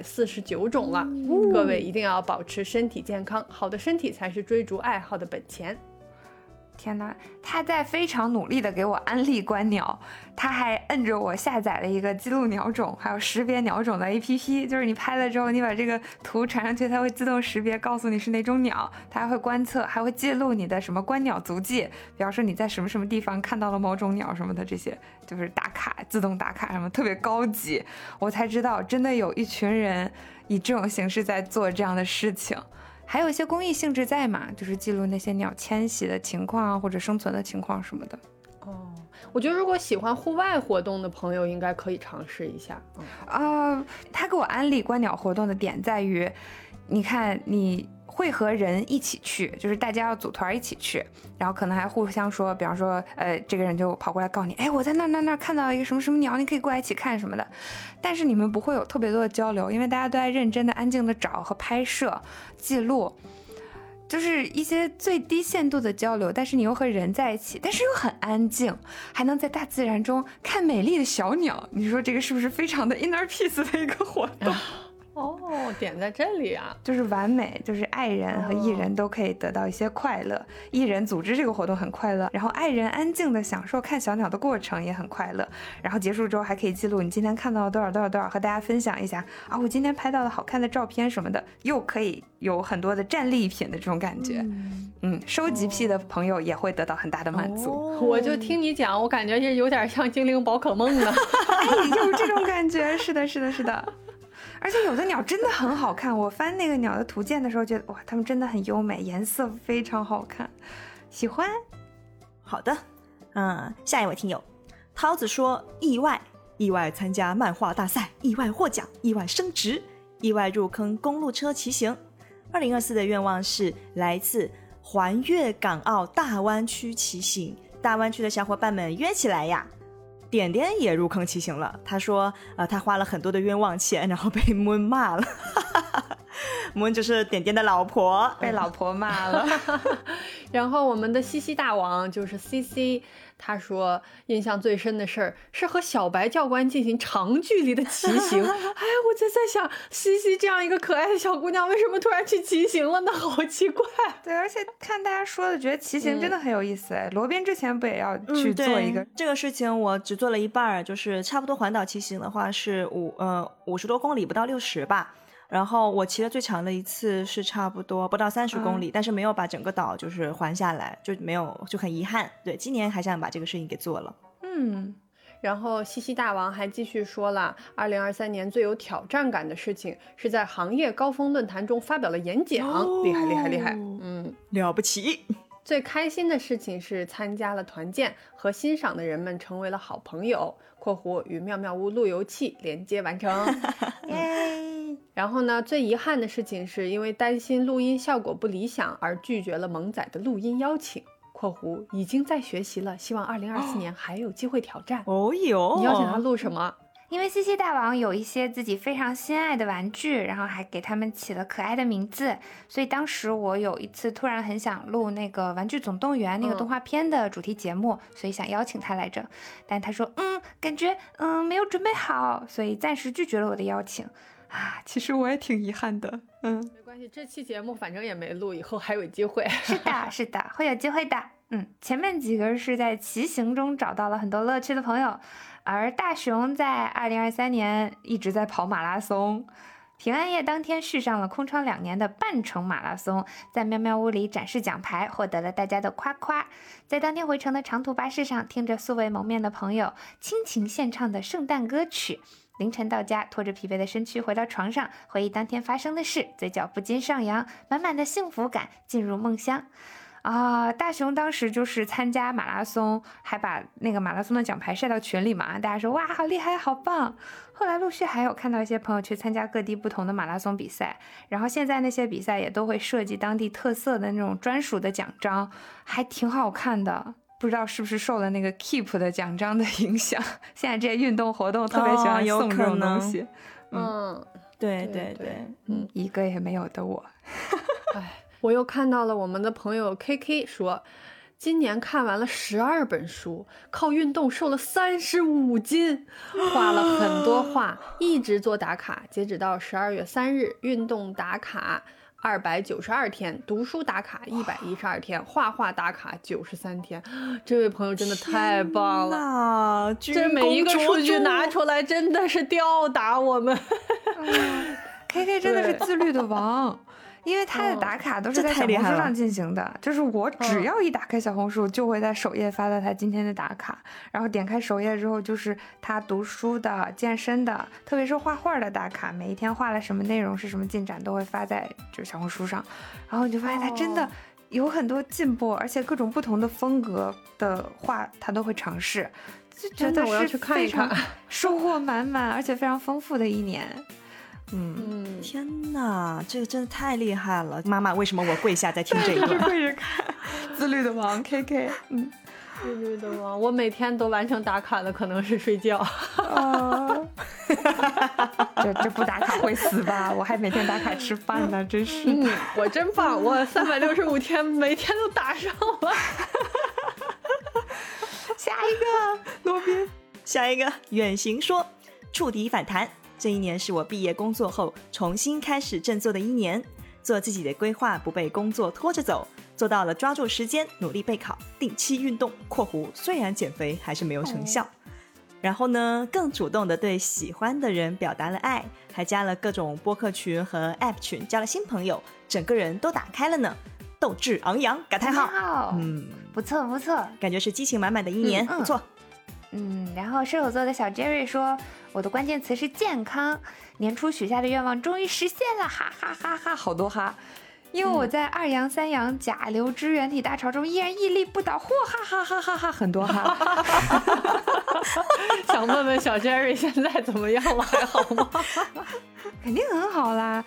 249种了，各位一定要保持身体健康，好的身体才是追逐爱好的本钱。 天哪，他在非常努力的给我安利观鸟，他还摁着我下载了一个记录鸟种还有识别鸟种的 APP， 就是你拍了之后，你把这个图传上去，它会自动识别告诉你是哪种鸟，它还会观测，还会记录你的什么观鸟足迹，比方说你在什么什么地方看到了某种鸟什么的，这些就是打卡，自动打卡什么，特别高级。我才知道真的有一群人以这种形式在做这样的事情。还有一些公益性质在嘛，就是记录那些鸟迁徙的情况啊，或者生存的情况什么的。 我觉得如果喜欢户外活动的朋友应该可以尝试一下。 他给我安利观鸟活动的点在于，你看你会和人一起去，就是大家要组团一起去，然后可能还互相说，比方说这个人就跑过来告诉你，哎，我在那看到一个什么什么鸟，你可以过来一起看什么的。但是你们不会有特别多的交流，因为大家都在认真的安静的找和拍摄记录，就是一些最低限度的交流，但是你又和人在一起，但是又很安静，还能在大自然中看美丽的小鸟，你说这个是不是非常的 inner peace 的一个活动？ 点在这里啊， 就是完美，就是爱人和艺人都可以得到一些快乐，艺人组织这个活动很快乐，然后爱人安静的享受看小鸟的过程也很快乐，然后结束之后还可以记录你今天看到了多少，和大家分享一下啊，我今天拍到了好看的照片什么的，又可以有很多的战利品的这种感觉。收集癖的朋友也会得到很大的满足。 我就听你讲，我感觉这有点像精灵宝可梦呢。 有这种感觉，是的。而且有的鸟真的很好看，我翻那个鸟的图鉴的时候觉得哇，它们真的很优美，颜色非常好看，喜欢。 好的，下一位听友涛子说，意外参加漫画大赛，意外获奖，意外升职，意外入坑公路车骑行。2024的愿望是来自环粤港澳大湾区骑行， 大湾区的小伙伴们约起来呀。点点也入坑骑行了，他说他花了很多的冤枉钱，然后被 Moon 骂了。Moon 就是点点的老婆， 被老婆骂了。 然后我们的西西大王就是 CC， 他说印象最深的事儿是和小白教官进行长距离的骑行。哎，我就在想，西西这样一个可爱的小姑娘，为什么突然去骑行了呢？好奇怪。 对，而且看大家说的，觉得骑行真的很有意思。罗宾之前不也要去做一个？ 这个事情我只做了一半，就是差不多环岛骑行的话是50多公里，不到60吧。然后我骑的最长的一次是差不多不到30公里，但是没有把整个岛就是环下来，就没有，就很遗憾。对，今年还想把这个事情给做了。 然后西西大王还继续说了，2023年最有挑战感的事情是在行业高峰论坛中发表了演讲，厉害厉害厉害， 了不起。 最开心的事情是参加了团建，和欣赏的人们成为了好朋友（括弧与妙妙屋路由器连接完成）。然后呢，最遗憾的事情是因为担心录音效果不理想而拒绝了萌仔的录音邀请（括弧已经在学习了，希望2024年还有机会挑战）。 哦哟， 你邀请他录什么？ 因为西西大王有一些自己非常心爱的玩具，然后还给他们起了可爱的名字，所以当时我有一次突然很想录那个玩具总动员那个动画片的主题节目，所以想邀请他来着，但他说感觉没有准备好，所以暂时拒绝了我的邀请啊。其实我也挺遗憾的。 没关系，这期节目反正也没录，以后还有机会。 是的是的，会有机会的。前面几个是在骑行中找到了很多乐趣的朋友，而大熊在2023年一直在跑马拉松。平安夜当天续上了空窗2年的半程马拉松，在喵喵屋里展示奖牌，获得了大家的夸夸。在当天回程的长途巴士上，听着素未谋面的朋友倾情献唱的圣诞歌曲。凌晨到家，拖着疲惫的身躯回到床上，回忆当天发生的事，嘴角不禁上扬，满满的幸福感进入梦乡。大熊当时就是参加马拉松，还把那个马拉松的奖牌晒到群里嘛，大家说哇好厉害好棒。后来陆续还有看到一些朋友去参加各地不同的马拉松比赛，然后现在那些比赛也都会设计当地特色的那种专属的奖章，还挺好看的。不知道是不是受了那个 Keep 的奖章的影响，现在这些运动活动特别喜欢送这种东西。 对对对， 一个也没有的我。 我又看到了我们的朋友 KK 说，今年看完了12本书，靠运动瘦了35斤，画了很多画，一直做打卡，截止到12月3日，运动打卡292天，读书打卡112天，画画打卡93天。这位朋友真的太棒了，这每一个数据拿出来真的是吊打我们。 KK 真的是自律的王。因为他的打卡都是在小红书上进行的，就是我只要一打开小红书，就会在首页发到他今天的打卡，然后点开首页之后就是他读书的、健身的，特别是画画的打卡，每一天画了什么内容是什么进展都会发在就是小红书上，然后你就发现他真的有很多进步，而且各种不同的风格的画他都会尝试，就觉得是非常收获满满而且非常丰富的一年。 天哪，这个真的太厉害了！妈妈，为什么我跪下在听这一段？ 跪着看，自律的王 KK， 自律的王，我每天都完成打卡的可能是睡觉。 这不打卡会死吧？我还每天打卡吃饭呢，真是。 我真棒，我365天每天都打上了。 下一个罗宾， 下一个远行说，触底反弹。这一年是我毕业工作后重新开始振作的一年，做自己的规划，不被工作拖着走，做到了抓住时间，努力备考，定期运动（括弧虽然减肥还是没有成效）然后呢，更主动的对喜欢的人表达了爱，还加了各种播客群和 App 群，交了新朋友，整个人都打开了呢，斗志昂扬，感叹号。 不错不错， 感觉是激情满满的一年，不错。 然后射手座的小 Jerry 说，我的关键词是健康，年初许下的愿望终于实现了，哈哈哈哈，好多哈。因为我在2阳3阳甲流支原体大潮中依然屹立不倒，嚯哈哈哈哈哈，很多哈。 想问问小 Jerry 现在怎么样了，还好吗？ 肯定很好啦，因为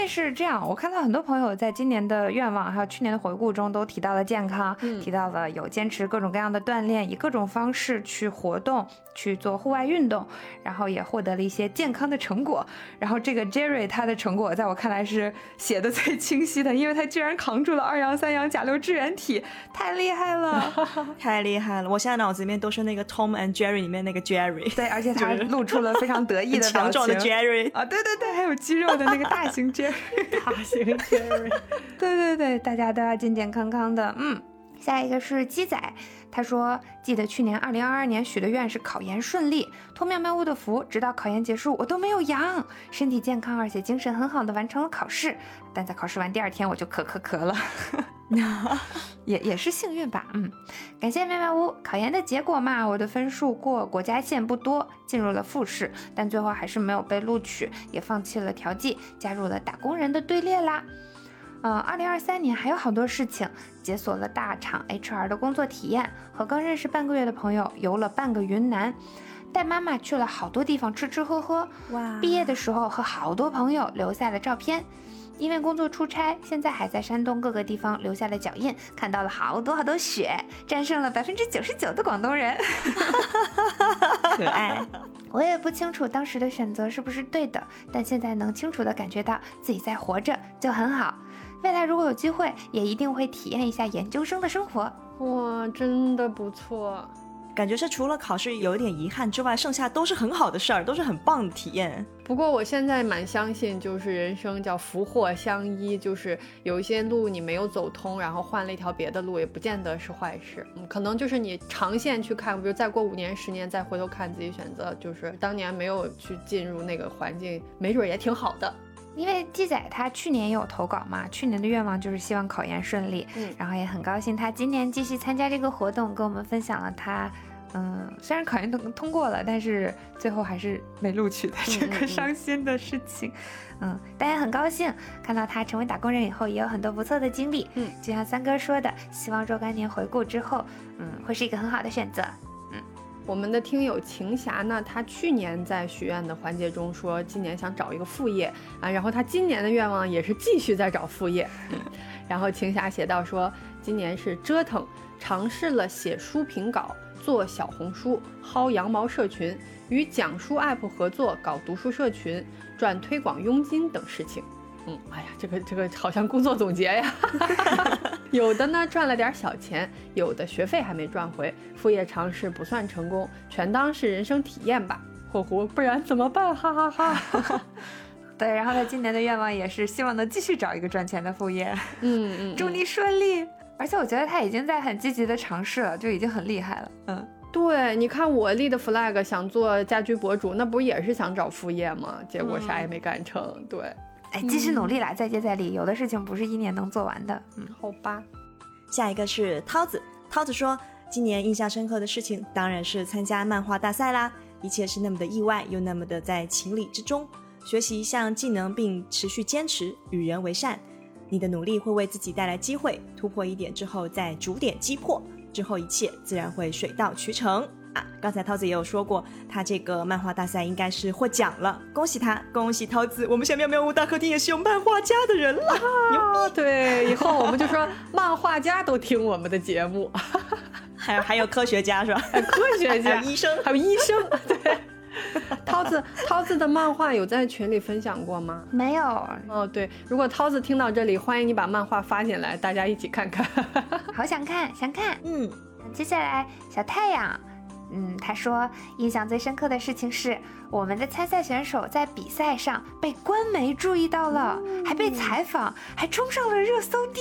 是这样，我看到很多朋友在今年的愿望还有去年的回顾中都提到了健康，提到了有坚持各种各样的锻炼，以各种方式去活动，去做户外运动，然后也获得了一些健康的成果。然后这个 Jerry 他的成果在我看来是写的最清晰的，因为他居然扛住了2阳3阳甲流支原体，太厉害了太厉害了，我现在脑子里面都是那个 Tom and Jerry 里面那个 Jerry。 对，而且他露出了非常得意的表情， 强壮的 Jerry 啊，对对对，还有肌肉的那个大型 Jerry 大型 Jerry 对对对，大家都要健健康康的。下一个是鸡仔，他说记得去年2022年许的愿是考研顺利，托妙妙屋的福，直到考研结束我都没有阳，身体健康而且精神很好的完成了考试，但在考试完第2天我就咳了也是幸运吧。感谢妙妙屋。考研的结果嘛，我的分数过国家线不多，进入了复试，但最后还是没有被录取，也放弃了调剂，加入了打工人的队列啦。2023年还有好多事情，解锁了大厂 HR 的工作体验，和刚认识半个月的朋友游了半个云南，带妈妈去了好多地方吃吃喝喝。 哇！ 毕业的时候和好多朋友留下了照片，因为工作出差，现在还在山东各个地方留下了脚印，看到了好多雪，战胜了99%的广东人可爱。 我也不清楚当时的选择是不是对的，但现在能清楚地感觉到自己在活着就很好。未来如果有机会，也一定会体验一下研究生的生活。 哇，真的不错， 感觉是除了考试有一点遗憾之外，剩下都是很好的事儿，都是很棒的体验。 不过我现在蛮相信，就是人生叫福祸相依，就是有一些路你没有走通，然后换了一条别的路，也不见得是坏事。可能就是你长线去看，比如再过5年10年再回头看自己选择，就是当年没有去进入那个环境，没准也挺好的。 因为鸡仔他去年也有投稿嘛，去年的愿望就是希望考研顺利，然后也很高兴他今年继续参加这个活动，跟我们分享了他虽然考研通过了，但是最后还是没录取的这个伤心的事情。但也很高兴看到他成为打工人以后也有很多不错的经历。就像三哥说的，希望若干年回顾之后会是一个很好的选择。 我们的听友晴霞呢，他去年在许愿的环节中说今年想找一个副业啊，然后他今年的愿望也是继续在找副业。然后晴霞写到说，今年是折腾，尝试了写书评稿，做小红书，薅羊毛社群，与讲书 app 合作搞读书社群，赚推广佣金等事情。哎呀，这个好像工作总结呀。有的呢赚了点小钱，有的学费还没赚回，副业尝试不算成功，全当是人生体验吧。（括弧不然怎么办？哈哈哈。） 对，然后他今年的愿望也是希望能继续找一个赚钱的副业。祝你顺利。而且我觉得他已经在很积极的尝试了，就已经很厉害了。 对，你看我立的 flag 想做家居博主，那不也是想找副业吗？结果啥也没干成。对。 继续努力啦，再接再厉，有的事情不是1年能做完的。 好吧。 下一个是涛子，涛子说今年印象深刻的事情当然是参加漫画大赛啦，一切是那么的意外，又那么的在情理之中，学习一项技能并持续坚持，与人为善，你的努力会为自己带来机会，突破一点之后再逐点击破，之后一切自然会水到渠成。刚才涛子也有说过，他这个漫画大赛应该是获奖了，恭喜他，恭喜涛子！我们现在妙妙屋大客厅也是有漫画家的人了。 对，以后我们就说漫画家都听我们的节目。 还有科学家是吧？ 科学家， 还有医生， 还有医生。对。涛子的漫画有在群里分享过吗？ 没有。 对，如果涛子听到这里，欢迎你把漫画发进来，大家一起看看。 好想看。接下来小太阳，他说印象最深刻的事情是我们的参赛选手在比赛上被官媒注意到了，还被采访，还冲上了热搜第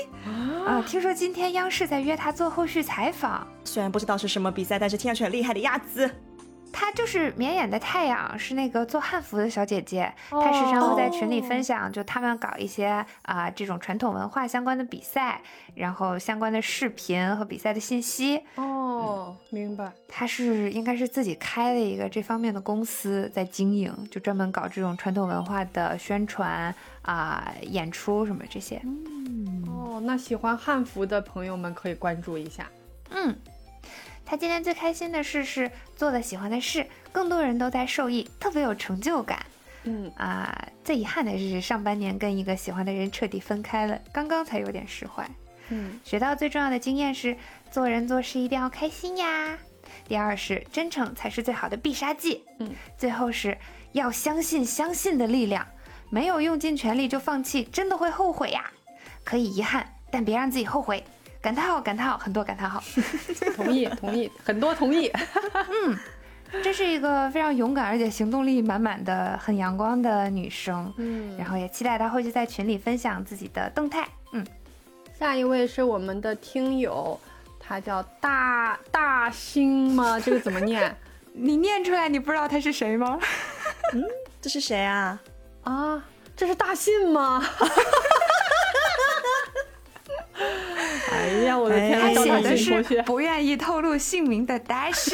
1。听说今天央视在约他做后续采访， 虽然不知道是什么比赛，但是听上去很厉害的样子。 她就是绵眼的太阳，是那个做汉服的小姐姐。她时常会在群里分享，就他们搞一些这种传统文化相关的比赛，然后相关的视频和比赛的信息。 明白。 她应该是自己开了一个这方面的公司在经营，就专门搞这种传统文化的宣传演出什么这些。 那喜欢汉服的朋友们可以关注一下。 他今天最开心的事是做了喜欢的事，更多人都在受益，特别有成就感。 最遗憾的是上半年跟一个喜欢的人彻底分开了，刚刚才有点释怀。学到最重要的经验是做人做事一定要开心呀。第二是真诚才是最好的必杀技。最后是要相信的力量，没有用尽全力就放弃，真的会后悔呀。可以遗憾，但别让自己后悔。感叹号，感叹号，很多感叹号。 同意，很多同意。 这是一个非常勇敢而且行动力满满的很阳光的女生。然后也期待她后续在群里分享自己的动态。 下一位是我们的听友，他叫大兴吗？这个怎么念？ 你念出来你不知道他是谁吗？ 这是谁啊？ 啊，这是大信吗？哎呀，我的天！ 他写的是不愿意透露姓名的大信。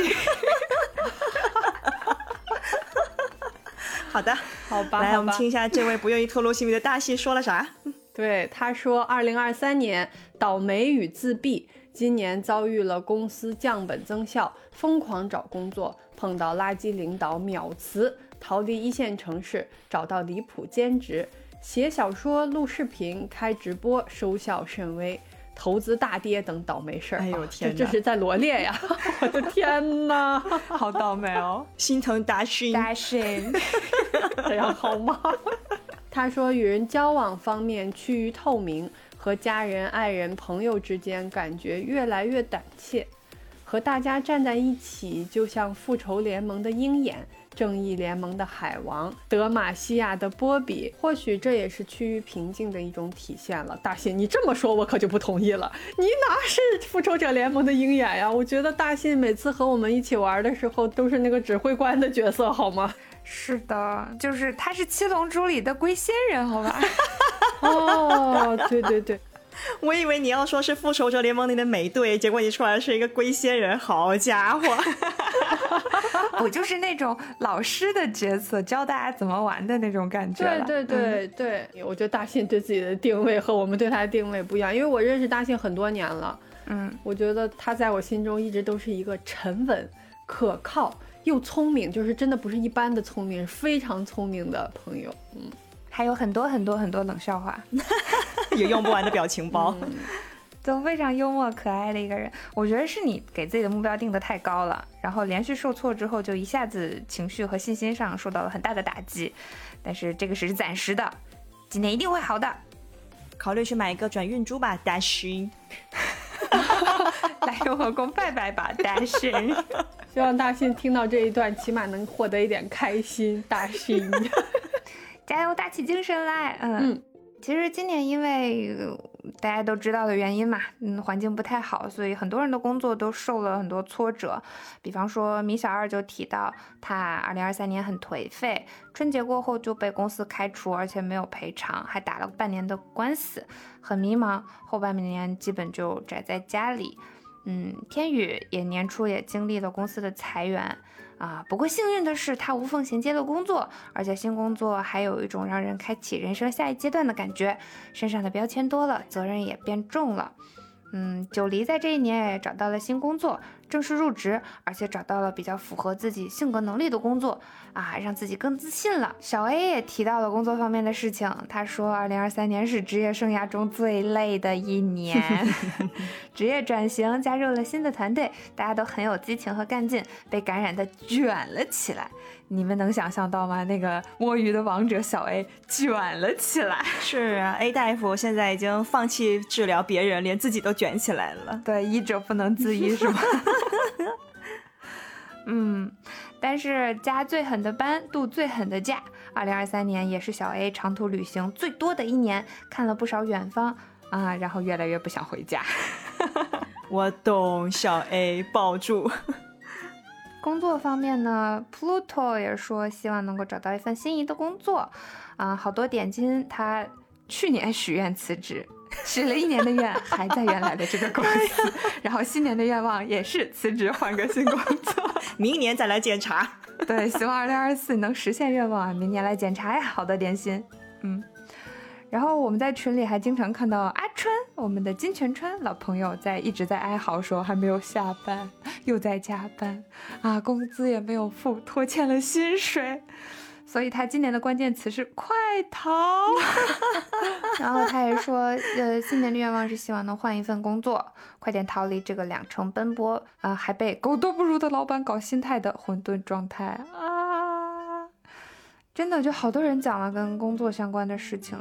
好的， 好吧， 来我们听一下这位不愿意透露姓名的大信说了啥。 对，他说2023年倒霉与自闭，今年遭遇了公司降本增效，疯狂找工作，碰到垃圾领导秒辞，逃离一线城市，找到离谱兼职，写小说、录视频、开直播，收效甚微，投资大跌等倒霉事儿。 哎呦天哪， 这是在罗列呀！我的天哪， 好倒霉哦， 心疼大信。 这样好吗？他说与人交往方面趋于透明，和家人、爱人、朋友之间感觉越来越胆怯，和大家站在一起就像复仇联盟的鹰眼，正义联盟的海王，德玛西亚的波比，或许这也是趋于平静的一种体现了。大信，你这么说我可就不同意了，你哪是复仇者联盟的鹰眼呀？我觉得大信每次和我们一起玩的时候都是那个指挥官的角色，好吗？ 是的，就是他是七龙珠里的龟仙人，好吧？ 哦，对， 我以为你要说是复仇者联盟里的美队，结果你出来是一个龟仙人，好家伙！ 我就是那种老师的角色，教大家怎么玩的那种感觉了。 对，我觉得大信对自己的定位和我们对他的定位不一样，因为我认识大信很多年了。我觉得他在我心中一直都是一个沉稳、可靠又聪明，就是真的不是一般的聪明，是非常聪明的朋友。 还有很多冷笑话， 有用不完的表情包。 都非常幽默可爱的一个人。我觉得是你给自己的目标定得太高了，然后连续受挫之后就一下子情绪和信心上受到了很大的打击，但是这个是暂时的，今年一定会好的。 考虑去买一个转运珠吧，大勋。 来用我公拜拜吧，大勋。 希望大信听到这一段起码能获得一点开心。大勋加油，打起精神来。其实今年因为大家都知道的原因嘛，环境不太好，所以很多人的工作都受了很多挫折。比方说米小二就提到他2023年很颓废，春节过后就被公司开除，而且没有赔偿，还打了半年的官司，很迷茫，后半年基本就宅在家里。天宇也年初也经历了公司的裁员不过幸运的是他无缝衔接了工作，而且新工作还有一种让人开启人生下一阶段的感觉，身上的标签多了，责任也变重了。九黎在这一年也找到了新工作，正式入职，而且找到了比较符合自己性格能力的工作让自己更自信了。小 A 也提到了工作方面的事情，他说2023年是职业生涯中最累的一年。职业转型，加入了新的团队，大家都很有激情和干劲，被感染的卷了起来。你们能想象到吗？那个摸鱼的王者小 A 卷了起来。 是啊， A 大夫现在已经放弃治疗别人，连自己都卷起来了。 对，医者不能自医是吗？但是加最狠的班，度最狠的假。2023年也是小 A 长途旅行最多的一年，看了不少远方然后越来越不想回家。 我懂，小 A 抱住。 工作方面呢 Pluto 也说希望能够找到一份心仪的工作好多点金他去年许愿辞职，许了1年的愿还在原来的这个公司然后新年的愿望也是辞职换个新工作。 明年再来检查。 对，希望2024能实现愿望明年来检查呀。好的点心。然后我们在群里还经常看到阿川，我们的金泉川老朋友一直在哀嚎说还没有下班，又在加班工资也没有付，拖欠了薪水。 所以他今年的关键词是快逃。然后他也说新年的愿望是希望能换一份工作，快点逃离这个两程奔波还被狗都不如的老板搞心态的混沌状态啊！真的就好多人讲了跟工作相关的事情，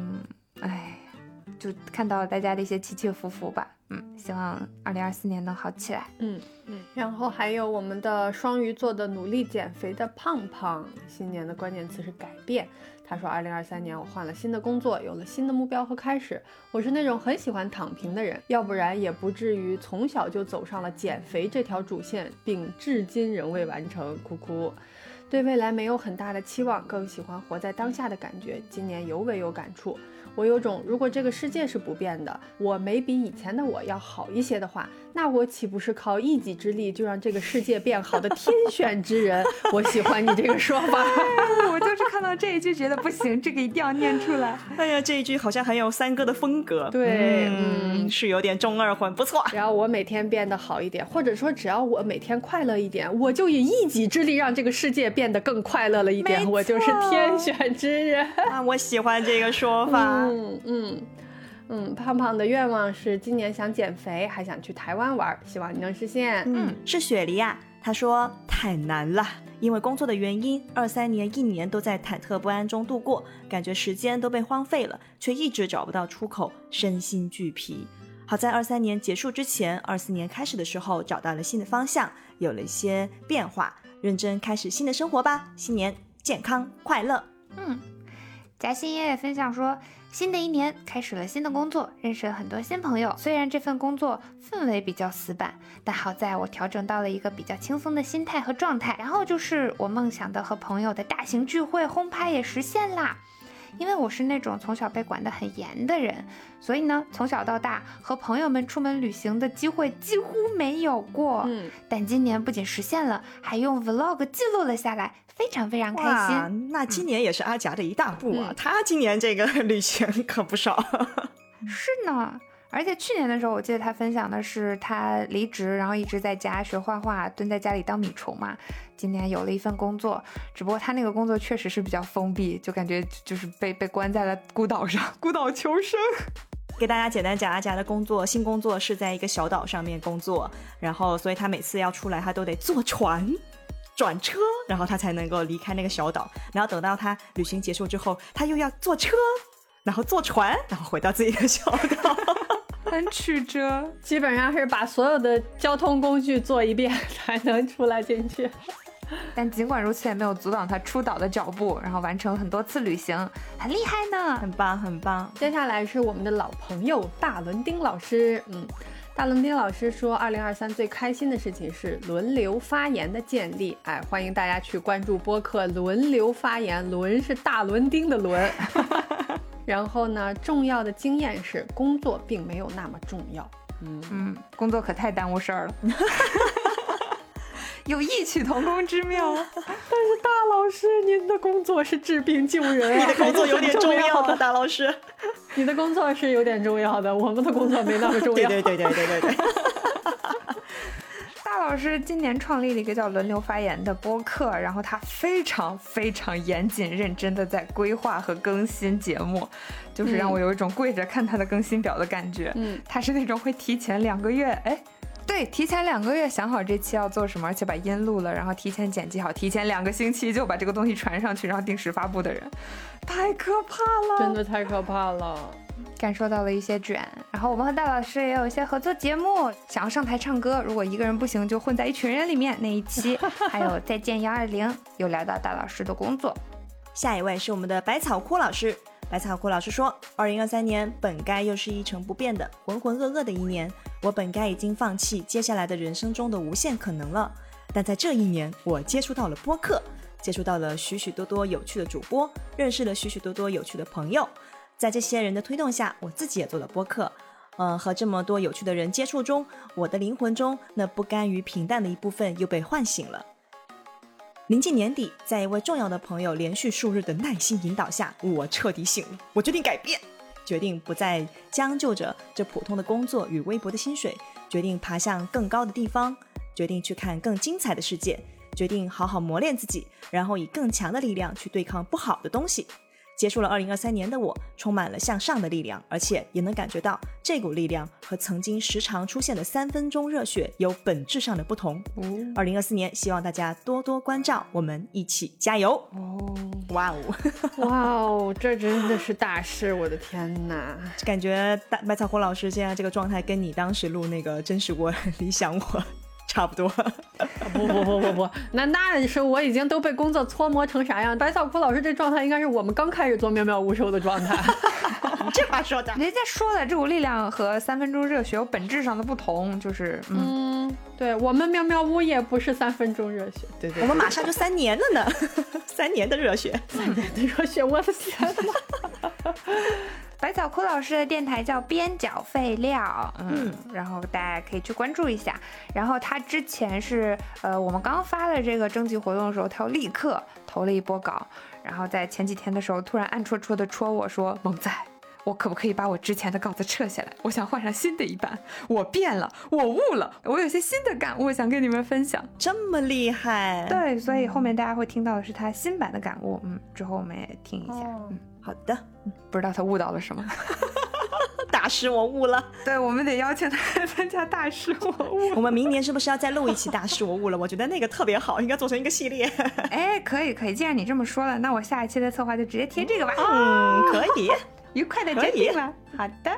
就看到大家的一些起起伏伏吧，希望2024年能好起来。 然后还有我们的双鱼座的努力减肥的胖胖，新年的关键词是改变。他说2023年我换了新的工作，有了新的目标和开始。我是那种很喜欢躺平的人，要不然也不至于从小就走上了减肥这条主线，并至今仍未完成，哭哭。对未来没有很大的期望，更喜欢活在当下的感觉，今年尤为有感触。我有种如果这个世界是不变的，我没比以前的我要好一些的话，那我岂不是靠一己之力就让这个世界变好的天选之人？我喜欢你这个说法。 我就是看到这一句觉得不行，这个一定要念出来。 哎呀，这一句好像很有三哥的风格。 对， 是有点中二魂，不错。 只要我每天变得好一点，或者说只要我每天快乐一点，我就以一己之力让这个世界变得更快乐了一点，我就是天选之人啊！我喜欢这个说法。 胖胖的愿望是今年想减肥，还想去台湾玩，希望你能实现。 是雪梨啊，他说太难了，因为工作的原因，23年1年都在忐忑不安中度过，感觉时间都被荒废了，却一直找不到出口，身心俱疲。好在23年结束之前，24年开始的时候找到了新的方向，有了一些变化，认真开始新的生活吧，新年健康快乐。 嘉欣也分享说，新的一年开始了新的工作，认识了很多新朋友。虽然这份工作氛围比较死板，但好在我调整到了一个比较轻松的心态和状态。然后就是我梦想的和朋友的大型聚会轰趴也实现啦。因为我是那种从小被管得很严的人，所以呢，从小到大和朋友们出门旅行的机会几乎没有过。但今年不仅实现了，还用 vlog 记录了下来，非常非常开心。 那今年也是阿夹的一大步啊，他今年这个旅行可不少。 是呢，而且去年的时候，我记得他分享的是他离职，然后一直在家学画画，蹲在家里当米虫嘛。今年有了一份工作，只不过他那个工作确实是比较封闭，就感觉就是被关在了孤岛上，孤岛求生。 给大家简单讲阿夹的工作，新工作是在一个小岛上面工作，然后所以他每次要出来，他都得坐船转车，然后他才能够离开那个小岛。然后等到他旅行结束之后，他又要坐车，然后坐船，然后回到自己的小岛。 很曲折， 基本上是把所有的交通工具坐一遍才能出来进去。 但尽管如此，也没有阻挡他出岛的脚步，然后完成很多次旅行，很厉害呢， 很棒很棒。 接下来是我们的老朋友大伦丁老师。大伦丁老师说2023最开心的事情是轮流发言的建立。欢迎大家去关注播客轮流发言，轮是大伦丁的轮。然后呢，重要的经验是工作并没有那么重要。 工作可太耽误事儿了。有异曲同工之妙。但是大老师，您的工作是治病救人， 你的工作有点重要的，大老师。 你的工作是有点重要的，我们的工作没那么重要。 对。 大老师今年创立了一个叫轮流发言的播客，然后他非常非常严谨认真的在规划和更新节目，就是让我有一种跪着看他的更新表的感觉。他是那种会提前2个月，提前2个月想好这期要做什么，而且把音录了，然后提前剪辑好，提前2个星期就把这个东西传上去，然后定时发布的人，太可怕了， 真的太可怕了。 感受到了一些卷。然后我们和大老师也有一些合作节目，想要上台唱歌，如果一个人不行就混在一群人里面那一期，还有再见120，有聊到大老师的工作。 下一位是我们的百草枯老师。百草枯老师说，2023年本该又是一成不变的浑浑噩噩的一年，我本该已经放弃接下来的人生中的无限可能了，但在这一年我接触到了播客，接触到了许许多多有趣的主播，认识了许许多多有趣的朋友，在这些人的推动下，我自己也做了播客。和这么多有趣的人接触中，我的灵魂中那不甘于平淡的一部分又被唤醒了。临近年底，在一位重要的朋友连续数日的耐心引导下，我彻底醒了。我决定改变，决定不再将就着这普通的工作与微薄的薪水，决定爬向更高的地方，决定去看更精彩的世界， 决定好好磨练自己，然后以更强的力量去对抗不好的东西。结束了2023年的我，充满了向上的力量，而且也能感觉到这股力量和曾经时常出现的3分钟热血有本质上的不同。2024年希望大家多多关照，我们一起加油。哇哦哇哦，这真的是大事，我的天哪， 感觉百草枯老师现在这个状态跟你当时录那个真实我理想我差不多。 不，那是我已经都被工作搓磨成啥样。百草枯老师这状态应该是我们刚开始做妙妙屋时候的状态。 这话说的， 人家说了，这股力量和3分钟热血有本质上的不同，就是对，我们妙妙屋也不是3分钟热血，对， 我们马上就3年了呢，3年的热血 ，3年的热血，我的天哪！ 百草枯老师的电台叫边角废料，然后大家可以去关注一下。然后他之前是我们刚发了这个征集活动的时候，他又立刻投了一波稿，然后在前几天的时候突然暗戳戳的戳我说：“萌仔，我可不可以把我之前的稿子撤下来？我想换上新的一版，我变了，我悟了，我有些新的感悟想跟你们分享。” 这么厉害？ 对，所以后面大家会听到的是他新版的感悟，之后我们也听一下。 好的， 不知道他悟到了什么。 大师我悟了。 对，我们得邀请他来参加大师我悟。 我们明年是不是要再录一期大师我悟了？我觉得那个特别好，应该做成一个系列。 哎，可以，既然你这么说了，那我下一期的策划就直接贴这个吧。 可以， 愉快的决定了。好的。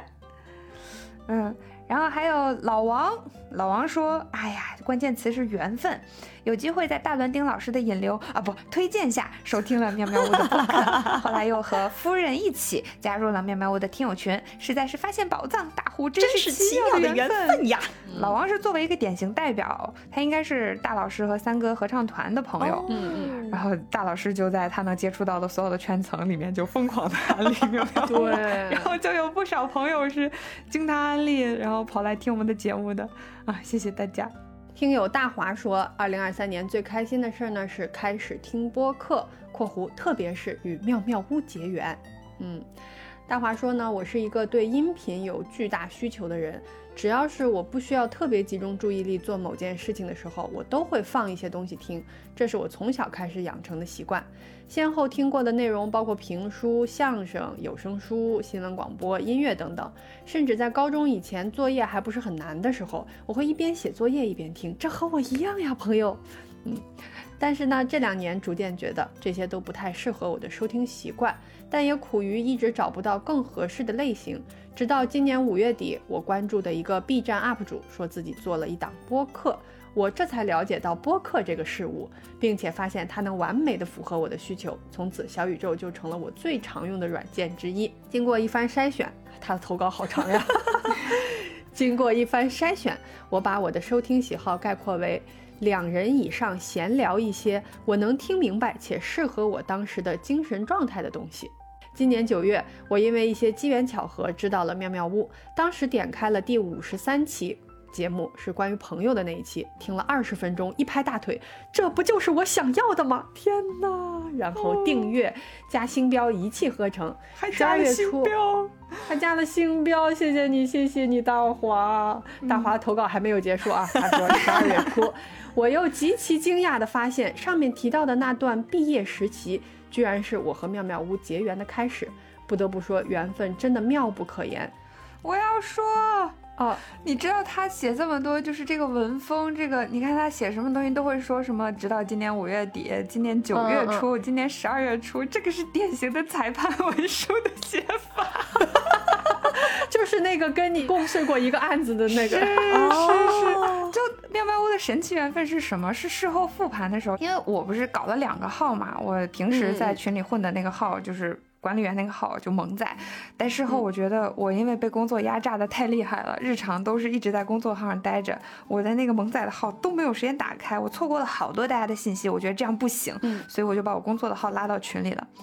然后还有老王说，哎呀，关键词是缘分，有机会在大伦丁老师的引流推荐下收听了妙妙屋的播客，后来又和夫人一起加入了妙妙屋的听友群，实在是发现宝藏，大呼真是奇妙的缘分呀！老王是作为一个典型代表，他应该是大老师和三哥合唱团的朋友，然后大老师就在他能接触到的所有的圈层里面就疯狂的安利妙妙屋， 对， 然后就有不少朋友是经他安利，然后跑来听我们的节目的谢谢大家。 听友大华说，2023年最开心的事呢是开始听播客（特别是与妙妙屋结缘）。大华说呢，我是一个对音频有巨大需求的人，只要是我不需要特别集中注意力做某件事情的时候，我都会放一些东西听，这是我从小开始养成的习惯。先后听过的内容包括评书、相声、有声书、新闻广播、音乐等等，甚至在高中以前作业还不是很难的时候，我会一边写作业一边听，这和我一样呀，朋友。但是呢，这2年逐渐觉得这些都不太适合我的收听习惯，但也苦于一直找不到更合适的类型。直到今年5月底，我关注的一个 B 站 UP 主说自己做了一档播客，我这才了解到播客这个事物，并且发现它能完美的符合我的需求，从此小宇宙就成了我最常用的软件之一。经过一番筛选，他的投稿好长呀。经过一番筛选，我把我的收听喜好概括为2人以上闲聊一些我能听明白且适合我当时的精神状态的东西。今年9月，我因为一些机缘巧合知道了妙妙屋，当时点开了第53期节目，是关于朋友的那一期，听了20分钟，一拍大腿，这不就是我想要的吗？天哪！然后订阅加星标一气呵成， 还加了星标， 还加了星标，谢谢你大华。大华投稿还没有结束啊，他说12月初我又极其惊讶地发现，上面提到的那段毕业时期居然是我和妙妙屋结缘的开始，不得不说缘分真的妙不可言。 我要说你知道他写这么多，就是这个文风，这个你看他写什么东西都会说什么直到今年5月底，今年9月初，今年12月初，这个是典型的裁判文书的写法。 就是那个跟你共事过一个案子的那个。是就妙妙屋的神奇缘分是什么？是事后复盘的时候，因为我不是搞了2个号嘛，我平时在群里混的那个号就是管理员那个号就萌仔，但事后我觉得我因为被工作压榨的太厉害了，日常都是一直在工作号上待着，我在那个萌仔的号都没有时间打开，我错过了好多大家的信息，我觉得这样不行，所以我就把我工作的号拉到群里了。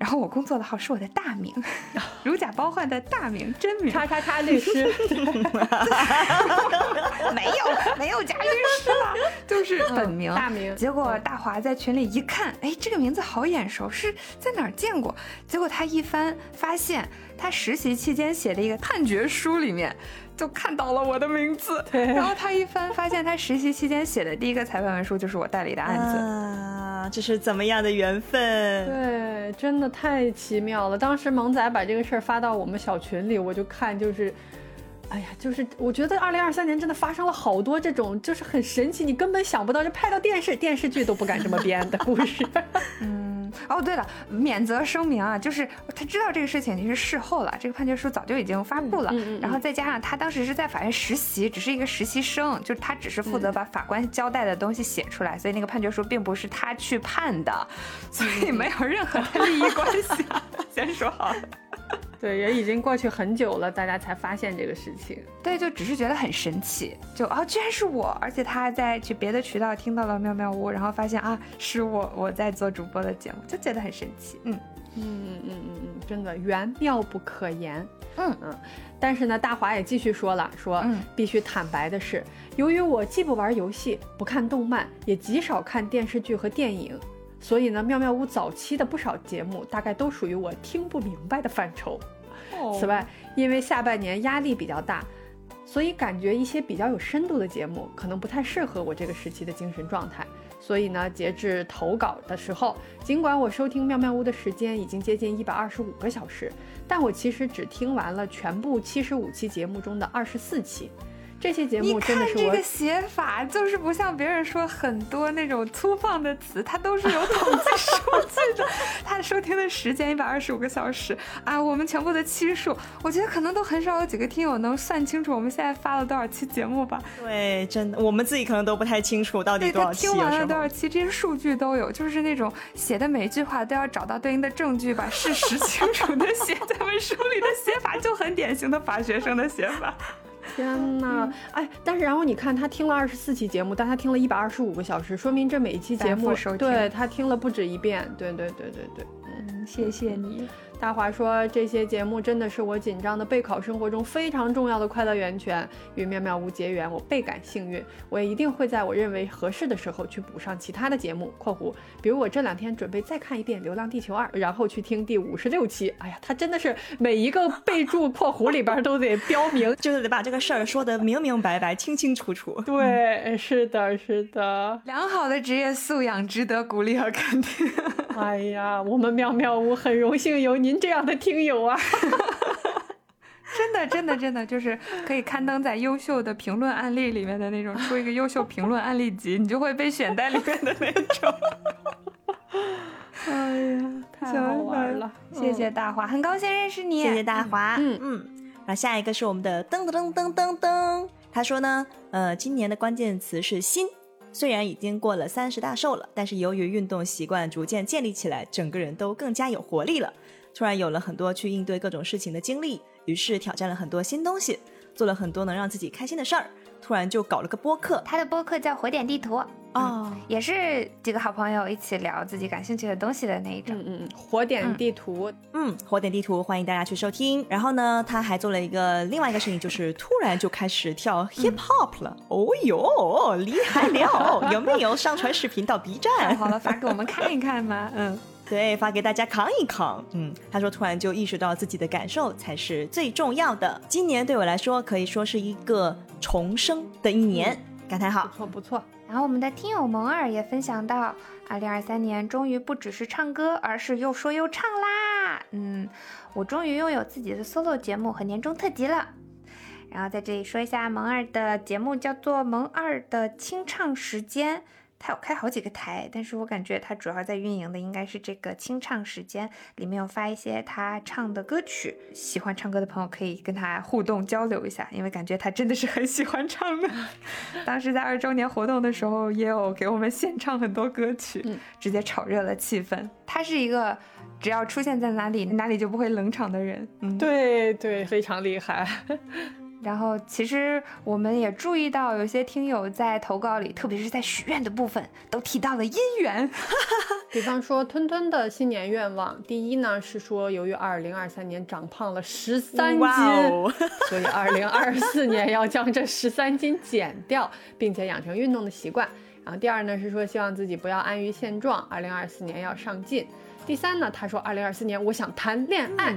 然后我工作的号是我的大名，如假包换的大名真名叉叉叉律师。 没有加律师了，就是本名、 大名。 结果大华在群里一看，哎，这个名字好眼熟，是在哪儿见过？结果他一翻发现他实习期间写的一个判决书里面就看到了我的名字，然后他一翻发现他实习期间写的第一个裁判文书就是我代理的案子啊，这是怎么样的缘分？ 对，真的太奇妙了。当时萌仔把这个事儿发到我们小群里，我就看就是哎呀，就是我觉得2023年真的发生了好多这种就是很神奇，你根本想不到，就拍到电视剧都不敢这么编的故事。 哦，对了，免责声明啊，就是他知道这个事情已经是事后了，这个判决书早就已经发布了，然后再加上他当时是在法院实习，只是一个实习生，就是他只是负责把法官交代的东西写出来，所以那个判决书并不是他去判的，所以没有任何的利益关系。先说好了。 对，也已经过去很久了，大家才发现这个事情。 对，就只是觉得很神奇，就居然是我，而且他还在去别的渠道听到了妙妙屋，然后发现啊是我在做主播的节目，就觉得很神奇。 真的缘妙不可言。但是呢，大华也继续说了，必须坦白的是，由于我既不玩游戏，不看动漫，也极少看电视剧和电影。所以呢，妙妙屋早期的不少节目大概都属于我听不明白的范畴。此外，因为下半年压力比较大，所以感觉一些比较有深度的节目可能不太适合我这个时期的精神状态。所以呢，截至投稿的时候，尽管我收听妙妙屋的时间已经接近125个小时，但我其实只听完了全部75期节目中的24期。这些节目真的是你看这个写法，就是不像别人说很多那种粗放的词，它都是有统计数据的。他收听的时间125个小时啊，我们全部的期数，我觉得可能都很少有几个听友能算清楚我们现在发了多少期节目吧。 对，真的，我们自己可能都不太清楚到底多少期。 听完了多少期，这些数据都有，就是那种写的每一句话都要找到对应的证据，把事实清楚的写在文书里的写法，就很典型的法学生的写法。 天哪，哎，但是然后你看他听了24期节目，但他听了125个小时，说明这每一期节目对他听了不止一遍。对， 谢谢你。 大华说，这些节目真的是我紧张的备考生活中非常重要的快乐源泉，与妙妙屋结缘，我倍感幸运。我也一定会在我认为合适的时候去补上其他的节目（括弧比如我这2天准备再看一遍《流浪地球2》，然后去听第56期）。哎呀，他真的是每一个备注括弧里边都得标明， 就是得把这个事儿说得明明白白、清清楚楚。 对，是的， 良好的职业素养值得鼓励和肯定。 哎呀，我们妙妙屋很荣幸有您这样的听友啊。 真的就是可以刊登在优秀的评论案例里面的那种，出一个优秀评论案例集，你就会被选在里面的那种。 哎呀，太好玩了！ 谢谢大华，很高兴认识你。 谢谢大华。那下一个是我们的噔噔噔噔噔，他说呢，今年的关键词是新。虽然已经过了30大寿了，但是由于运动习惯逐渐建立起来，整个人都更加有活力了。突然有了很多去应对各种事情的经历，于是挑战了很多新东西，做了很多能让自己开心的事儿。突然就搞了个播客， 他的播客叫火点地图也是几个好朋友一起聊自己感兴趣的东西的那一种。 火点地图， 火点地图，欢迎大家去收听。然后呢，他还做了另外一个事情，就是突然就开始跳 hip hop 了。哦哟，厉害了！有没有上传视频到 B 站？ 好了，发给我们看一看嘛。 对，发给大家扛一扛。他说突然就意识到自己的感受才是最重要的。今年对我来说可以说是一个重生的一年，感叹号， 不错。 然后我们的听友萌儿也分享到，2023年终于不只是唱歌，而是又说又唱啦。我终于拥有自己的 solo 节目和年终特辑了。然后在这里说一下，萌儿的节目叫做萌儿的清唱时间。他有开好几个台，但是我感觉他主要在运营的应该是这个清唱时间，里面有发一些他唱的歌曲，喜欢唱歌的朋友可以跟他互动交流一下，因为感觉他真的是很喜欢唱的。当时在2周年活动的时候也有给我们献唱很多歌曲，直接炒热了气氛。他是一个只要出现在哪里就不会冷场的人。 对，非常厉害。 然后其实我们也注意到有些听友在投稿里，特别是在许愿的部分都提到了姻缘。 比方说吞吞的新年愿望，第一呢是说由于2023年长胖了13斤，所以2024年要将这13斤减掉，并且养成运动的习惯。然后第二呢是说希望自己不要安于现状，2024年要上进。第三呢，他说2024年我想谈恋爱。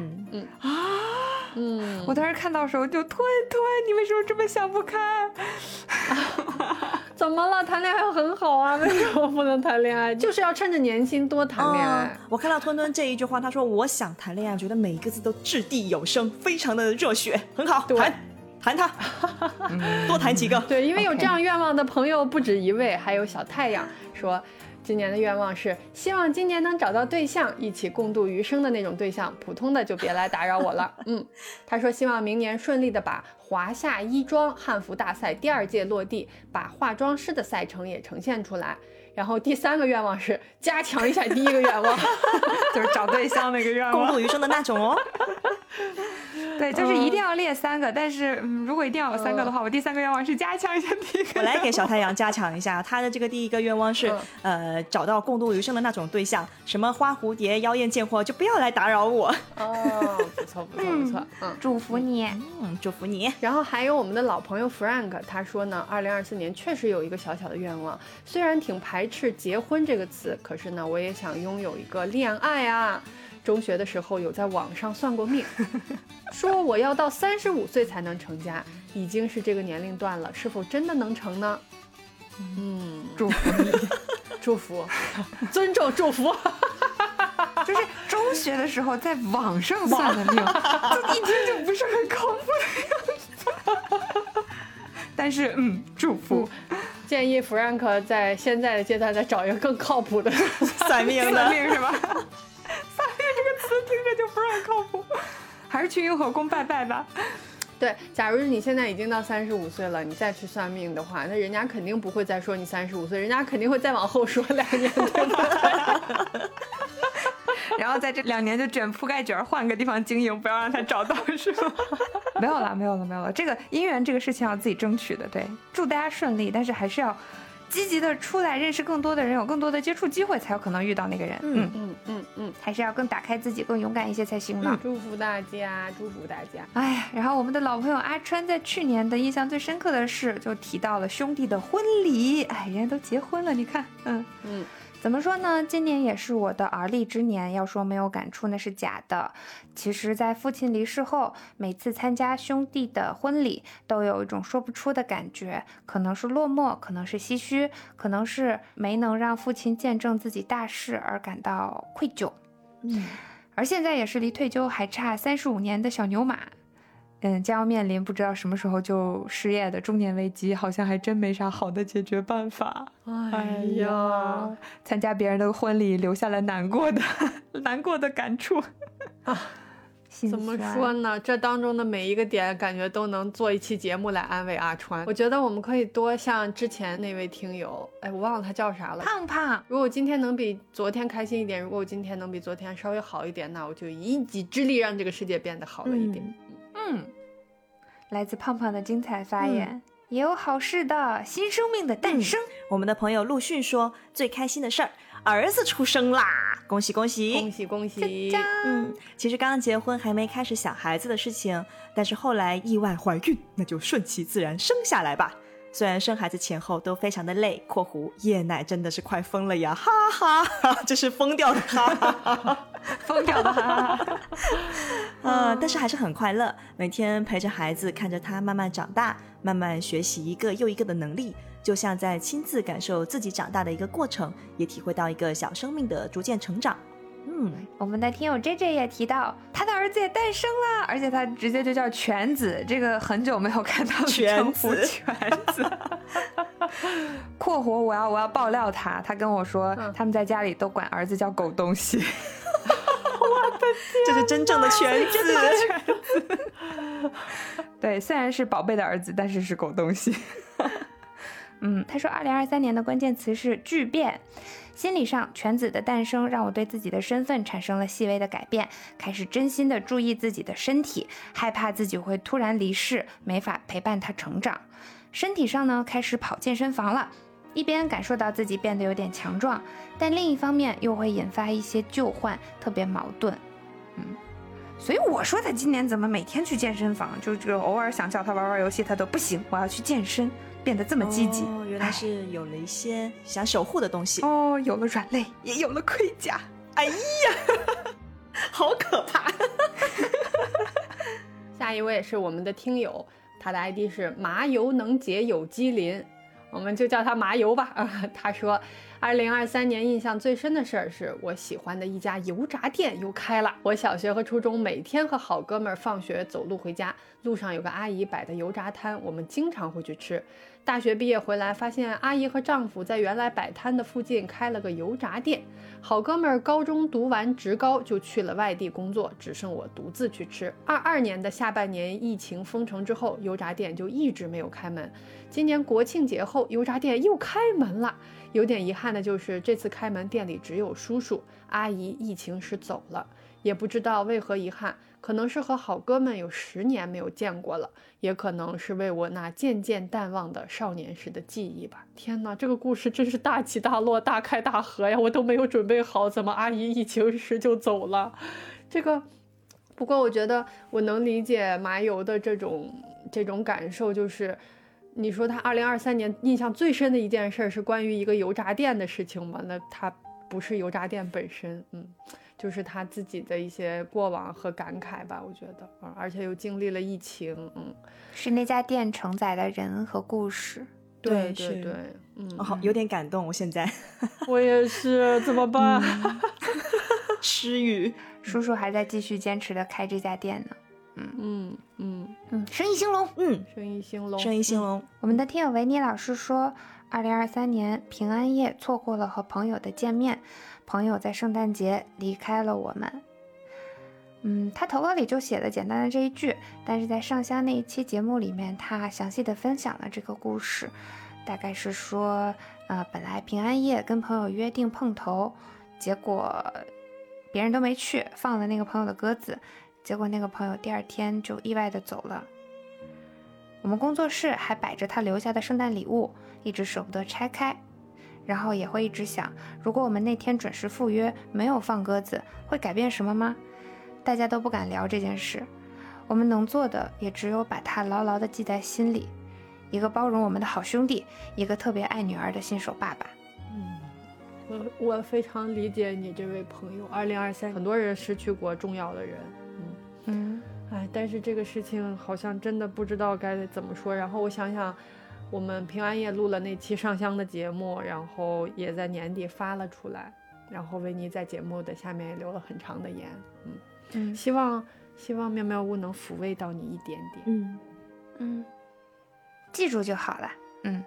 我当时看到的时候就吞，你为什么这么想不开？ 怎么了？谈恋爱很好啊，为什么不能谈恋爱？就是要趁着年轻多谈恋爱。 我看到吞吞这一句话，他说我想谈恋爱，觉得每一个字都掷地有声，非常的热血，很好，谈他，多谈几个。 对，因为有这样愿望的朋友不止一位，还有小太阳说今年的愿望是希望今年能找到对象，一起共度余生的那种对象，普通的就别来打扰我了。他说希望明年顺利的把华夏衣装汉服大赛第2届落地，把化妆师的赛程也呈现出来。然后第3个愿望是加强一下第1个愿望， 就是找对象那个愿望， 共度余生的那种哦。 对，就是一定要列3个，但是如果一定要有3个的话，我第3个愿望是加强一下第1个。 我来给小太阳加强一下，他的这个第1个愿望是找到共度余生的那种对象，什么花蝴蝶、妖艳贱货就不要来打扰我。 不错， 祝福你， 祝福你。 然后还有我们的老朋友 Frank， 他说呢，2024年确实有一个小小的愿望，虽然挺排斥结婚这个词，可是呢，我也想拥有一个恋爱啊。中学的时候有在网上算过命，说我要到35岁才能成家，已经是这个年龄段了，是否真的能成呢？ 祝福你， 祝福，尊重祝福。 就是中学的时候在网上算的命，就一听就不是很靠谱的样子。但是祝福。 建议 Frank 在现在的阶段再找一个更靠谱的算命的， 算命是吧？算命这个词听着就不是很靠谱，还是去雍和宫拜拜吧。 对，假如你现在已经到35岁了，你再去算命的话，那人家肯定不会再说你35岁，人家肯定会再往后说2年，对吧？ 然后在这2年就卷铺盖卷，换个地方经营，不要让他找到，是吗？没有了，这个姻缘这个事情要自己争取的。对，祝大家顺利，但是还是要积极的出来认识更多的人，有更多的接触机会，才有可能遇到那个人。还是要更打开自己，更勇敢一些才行呢。 祝福大家，祝福大家。 哎，然后我们的老朋友阿川在去年的印象最深刻的事，就提到了兄弟的婚礼。哎，人家都结婚了，你看，怎么说呢？今年也是我的而立之年，要说没有感触那是假的。其实在父亲离世后，每次参加兄弟的婚礼都有一种说不出的感觉，可能是落寞，可能是唏嘘，可能是没能让父亲见证自己大事而感到愧疚。而现在也是离退休还差35年的小牛马，将要面临不知道什么时候就失业的中年危机，好像还真没啥好的解决办法。哎呀，参加别人的婚礼留下了难过的感触啊。 怎么说呢？这当中的每一个点，感觉都能做一期节目来安慰阿川。我觉得我们可以多像之前那位听友，我忘了他叫啥了， 胖胖。 如果今天能比昨天开心一点，如果我今天能比昨天稍微好一点，那我就以一己之力让这个世界变得好了一点。 来自胖胖的精彩发言。也有好事的，新生命的诞生。 我们的朋友陆迅说，最开心的事儿，儿子出生啦，恭喜恭喜恭喜恭喜。 其实刚刚结婚还没开始想孩子的事情，但是后来意外怀孕，那就顺其自然生下来吧。虽然生孩子前后都非常的累（括弧夜奶真的是快疯了呀，哈哈，这是疯掉的哈哈， 疯掉的哈哈。但是还是很快乐，每天陪着孩子，看着他慢慢长大，慢慢学习一个又一个的能力，就像在亲自感受自己长大的一个过程，也体会到一个小生命的逐渐成长。 我们的听友 JJ 也提到他的儿子也诞生了，而且他直接就叫全子，这个很久没有看到的称呼，全子括弧我要爆料他跟我说，他们在家里都管儿子叫狗东西。 我的天，这是真正的全子。 对，虽然是宝贝的儿子，但是是狗东西。他说2023年的关键词是巨变， 心理上，犬子的诞生让我对自己的身份产生了细微的改变，开始真心的注意自己的身体，害怕自己会突然离世，没法陪伴他成长。身体上呢，开始跑健身房了，一边感受到自己变得有点强壮，但另一方面又会引发一些旧患，特别矛盾。所以我说他今年怎么每天去健身房，就偶尔想叫他玩游戏他都不行，我要去健身，变得这么积极。 原来是有了一些想守护的东西。 有了软肋，也有了盔甲。 哎呀，好可怕。 下一位是我们的听友，他的 ID 是麻油能解有机磷，我们就叫他麻油吧。他说2023年印象最深的事儿是我喜欢的一家油炸店又开了。我小学和初中每天和好哥们放学走路回家，路上有个阿姨摆的油炸摊，我们经常会去吃。大学毕业回来，发现阿姨和丈夫在原来摆摊的附近开了个油炸店。好哥们高中读完职高就去了外地工作，只剩我独自去吃。22年的下半年疫情封城之后，油炸店就一直没有开门。今年国庆节后，油炸店又开门了。有点遗憾的就是这次开门店里只有叔叔，阿姨疫情时走了，也不知道为何遗憾，可能是和好哥们有10年没有见过了，也可能是为我那渐渐淡忘的少年时的记忆吧。天哪，这个故事真是大起大落，大开大合呀，我都没有准备好，怎么阿姨疫情时就走了？不过我觉得我能理解麻油的这种感受，就是你说他2023年印象最深的一件事是关于一个油炸店的事情吗？那他不是油炸店本身，就是他自己的一些过往和感慨吧，我觉得，而且又经历了疫情， 是那家店承载的人和故事。 对， 有点感动，我现在我也是，怎么办？ 失语。 叔叔还在继续坚持的开这家店呢。生意兴隆， 生意兴隆， 生意兴隆。 我们的听友维尼老师说，2023年平安夜错过了和朋友的见面，朋友在圣诞节离开了我们。他投稿里就写了简单的这一句，但是在上香那一期节目里面，他详细的分享了这个故事，大概是说，本来平安夜跟朋友约定碰头，结果别人都没去，放了那个朋友的鸽子，结果那个朋友第2天就意外的走了。我们工作室还摆着他留下的圣诞礼物，一直舍不得拆开，然后也会一直想，如果我们那天准时赴约，没有放鸽子，会改变什么吗？大家都不敢聊这件事，我们能做的也只有把它牢牢地记在心里，一个包容我们的好兄弟，一个特别爱女儿的新手爸爸。 我非常理解你这位朋友。2023很多人失去过重要的人，但是这个事情好像真的不知道该怎么说。然后我想想，我们平安夜录了那期上香的节目，然后也在年底发了出来，然后维尼在节目的下面也留了很长的言。希望妙妙屋能抚慰到你一点点。 记住就好了。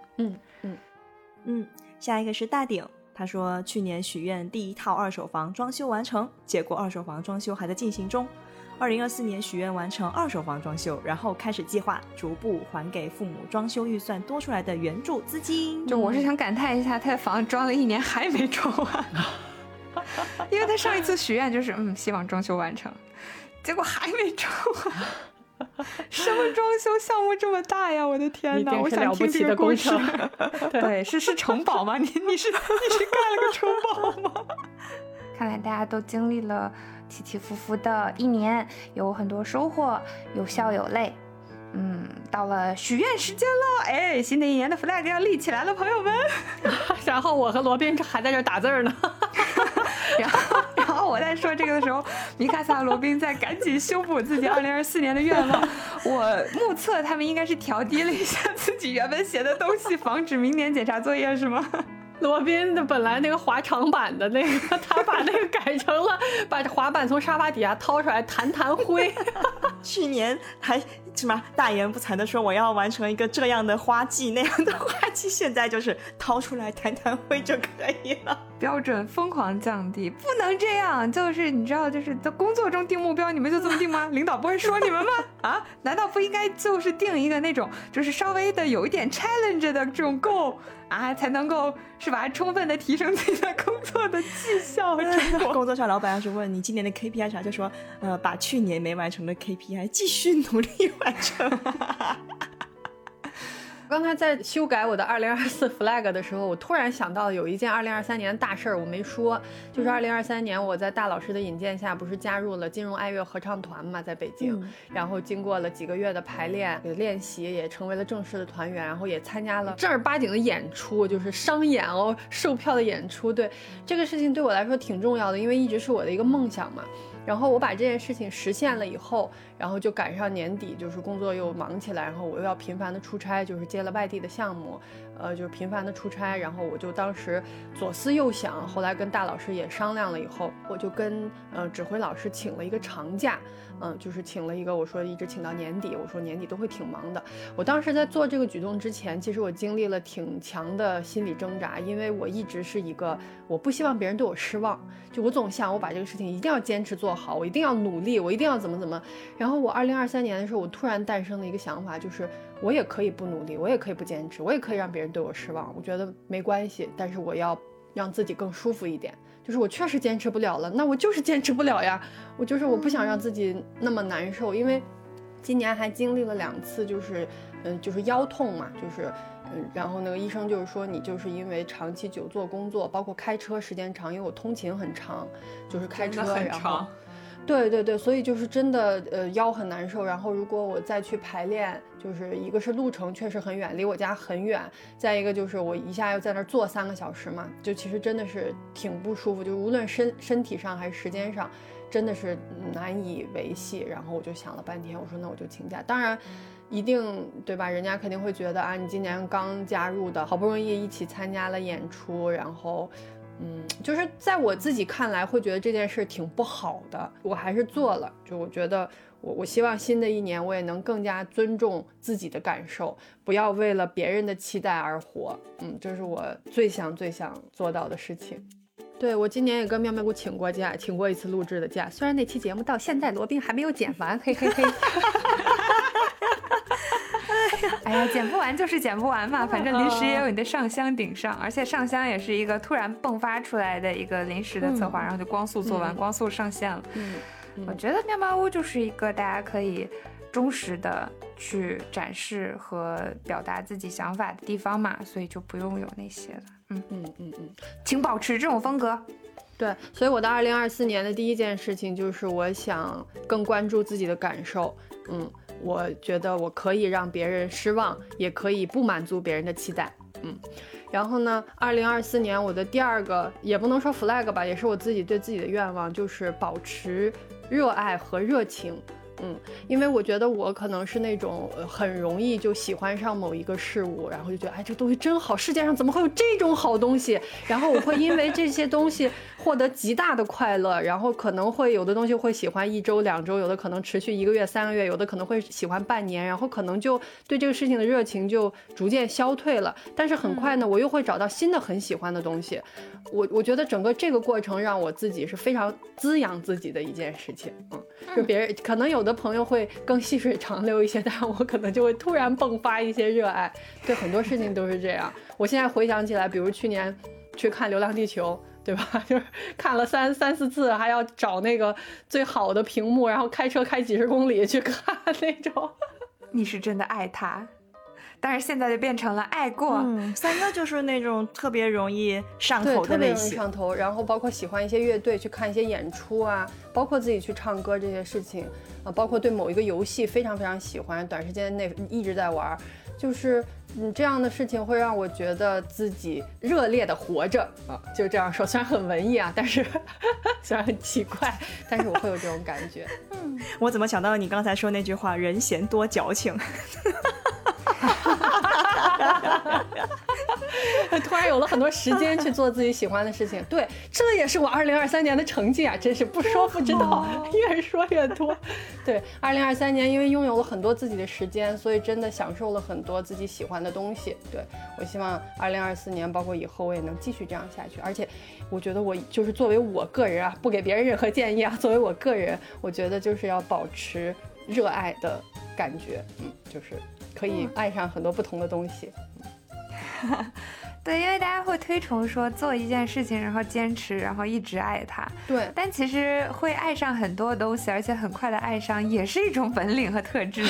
下一个是大顶，他说去年许愿第1套2手房装修完成，结果2手房装修还在进行中。2024年许愿完成2手房装修，然后开始计划逐步还给父母装修预算多出来的援助资金。 就我是想感叹一下，他的房子装了1年还没装完，因为他上一次许愿就是希望装修完成，结果还没装完。什么装修项目这么大呀？我的天哪！我想听这个故事。对，是城堡吗？你是盖了个城堡吗？看来大家都经历了起起伏伏的1年，有很多收获，有笑有泪。到了许愿时间了，新的1年的 flag 要立起来了，朋友们。 然后我和罗宾还在这打字呢。 然后我在说这个的时候，米卡萨、罗宾在赶紧修补自己2024年的愿望。我目测他们应该是调低了一下自己原本写的东西，防止明年检查作业，是吗？ 罗宾的本来那个滑长板的那个，他把那个改成了把滑板从沙发底下掏出来弹灰。 去年还什么大言不惭的说我要完成一个这样的花季那样的花季，现在就是掏出来谈谈会就可以了。 标准疯狂降低，不能这样。就是你知道，就是在工作中定目标，你们就这么定吗？领导不会说你们吗？啊，难道不应该就是定一个那种就是稍微的有一点 challenge 的这种 goal 啊，才能够是吧，充分的提升自己的工作的绩效和成果。 工作上老板要是问你今年的 KPI 啥，就说把去年没完成的 KPI 继续努力完成。 刚才在修改我的2024 flag 的时候，我突然想到有一件2023年的大事儿我没说，就是2023年我在大老师的引荐下不是加入了金融爱乐合唱团嘛，在北京，然后经过了几个月的排练练习，也成为了正式的团员，然后也参加了正儿八经的演出，就是商演哦，售票的演出。对，这个事情对我来说挺重要的，因为一直是我的一个梦想嘛。然后我把这件事情实现了以后，然后就赶上年底，就是工作又忙起来，然后我又要频繁的出差，就是接了外地的项目，就是频繁的出差，然后我就当时左思右想，后来跟大老师也商量了以后，我就跟指挥老师请了一个长假，就是请了一个，我说一直请到年底，我说年底都会挺忙的。我当时在做这个举动之前，其实我经历了挺强的心理挣扎，因为我一直是一个我不希望别人对我失望，就我总想我把这个事情一定要坚持做好，我一定要努力，我一定要怎么怎么。然后我2023年的时候，我突然诞生了一个想法，就是我也可以不努力，我也可以不坚持，我也可以让别人对我失望，我觉得没关系，但是我要让自己更舒服一点。就是我确实坚持不了了，那我就是坚持不了呀，我不想让自己那么难受，因为今年还经历了2次，就是腰痛嘛，就是然后那个医生就是说你就是因为长期久坐工作，包括开车时间长，因为我通勤很长，就是开车然后对，所以就是真的腰很难受。然后如果我再去排练，就是一个是路程确实很远，离我家很远，再一个就是我一下要在那儿坐3个小时嘛，就其实真的是挺不舒服，就无论身体上还是时间上真的是难以维系。然后我就想了半天，我说那我就请假，当然一定对吧，人家肯定会觉得啊，你今年刚加入的，好不容易一起参加了演出，然后就是在我自己看来会觉得这件事挺不好的，我还是做了。就我觉得我希望新的一年我也能更加尊重自己的感受，不要为了别人的期待而活。这是我最想做到的事情。对，我今年也跟妙妙姑请过假，请过一次录制的假，虽然那期节目到现在罗宾还没有剪完，嘿嘿嘿。 哎呀，剪不完就是剪不完嘛，反正临时也有你的上香顶上，而且上香也是一个突然迸发出来的一个临时的策划，然后就光速做完，光速上线了。 我觉得面包屋就是一个大家可以忠实的去展示和表达自己想法的地方嘛，所以就不用有那些了。请保持这种风格。 对，所以我的2024年的第一件事情就是我想更关注自己的感受。我觉得我可以让别人失望，也可以不满足别人的期待。然后呢，2024年我的第二个也不能说 flag 吧，也是我自己对自己的愿望，就是保持热爱和热情。因为我觉得我可能是那种很容易就喜欢上某一个事物，然后就觉得哎，这东西真好，世界上怎么会有这种好东西，然后我会因为这些东西获得极大的快乐，然后可能会有的东西会喜欢1周2周，有的可能持续1个月3个月，有的可能会喜欢半年，然后可能就对这个事情的热情就逐渐消退了，但是很快呢我又会找到新的很喜欢的东西。我觉得整个这个过程让我自己是非常滋养自己的一件事情。就别人可能有的朋友会更细水长流一些，但我可能就会突然迸发一些热爱。对，很多事情都是这样。我现在回想起来，比如去年去看《流浪地球》，对吧？就是看了三四次，还要找那个最好的屏幕，然后开车开几十公里去看那种。 你是真的爱他。但是现在就变成了爱过。 三哥就是那种特别容易上头的类型， 特别容易上头。然后包括喜欢一些乐队，去看一些演出啊，包括自己去唱歌这些事情包括对某一个游戏非常非常喜欢，短时间内一直在玩，就是这样的事情会让我觉得自己热烈的活着就这样说，虽然很文艺啊，但是虽然很奇怪，但是我会有这种感觉。 我怎么想到你刚才说那句话，人闲多矫情。 突然有了很多时间去做自己喜欢的事情。对，这也是我2023年的成绩啊，真是不说不知道，越说越多。对，2023年因为拥有了很多自己的时间，所以真的享受了很多自己喜欢的东西。对，我希望2024年包括以后我也能继续这样下去。而且我觉得我就是作为我个人啊，不给别人任何建议啊，作为我个人，我觉得就是要保持热爱的感觉，就是可以爱上很多不同的东西。 对，因为大家会推崇说做一件事情然后坚持然后一直爱它， 对， 但其实会爱上很多东西，而且很快的爱上也是一种本领和特质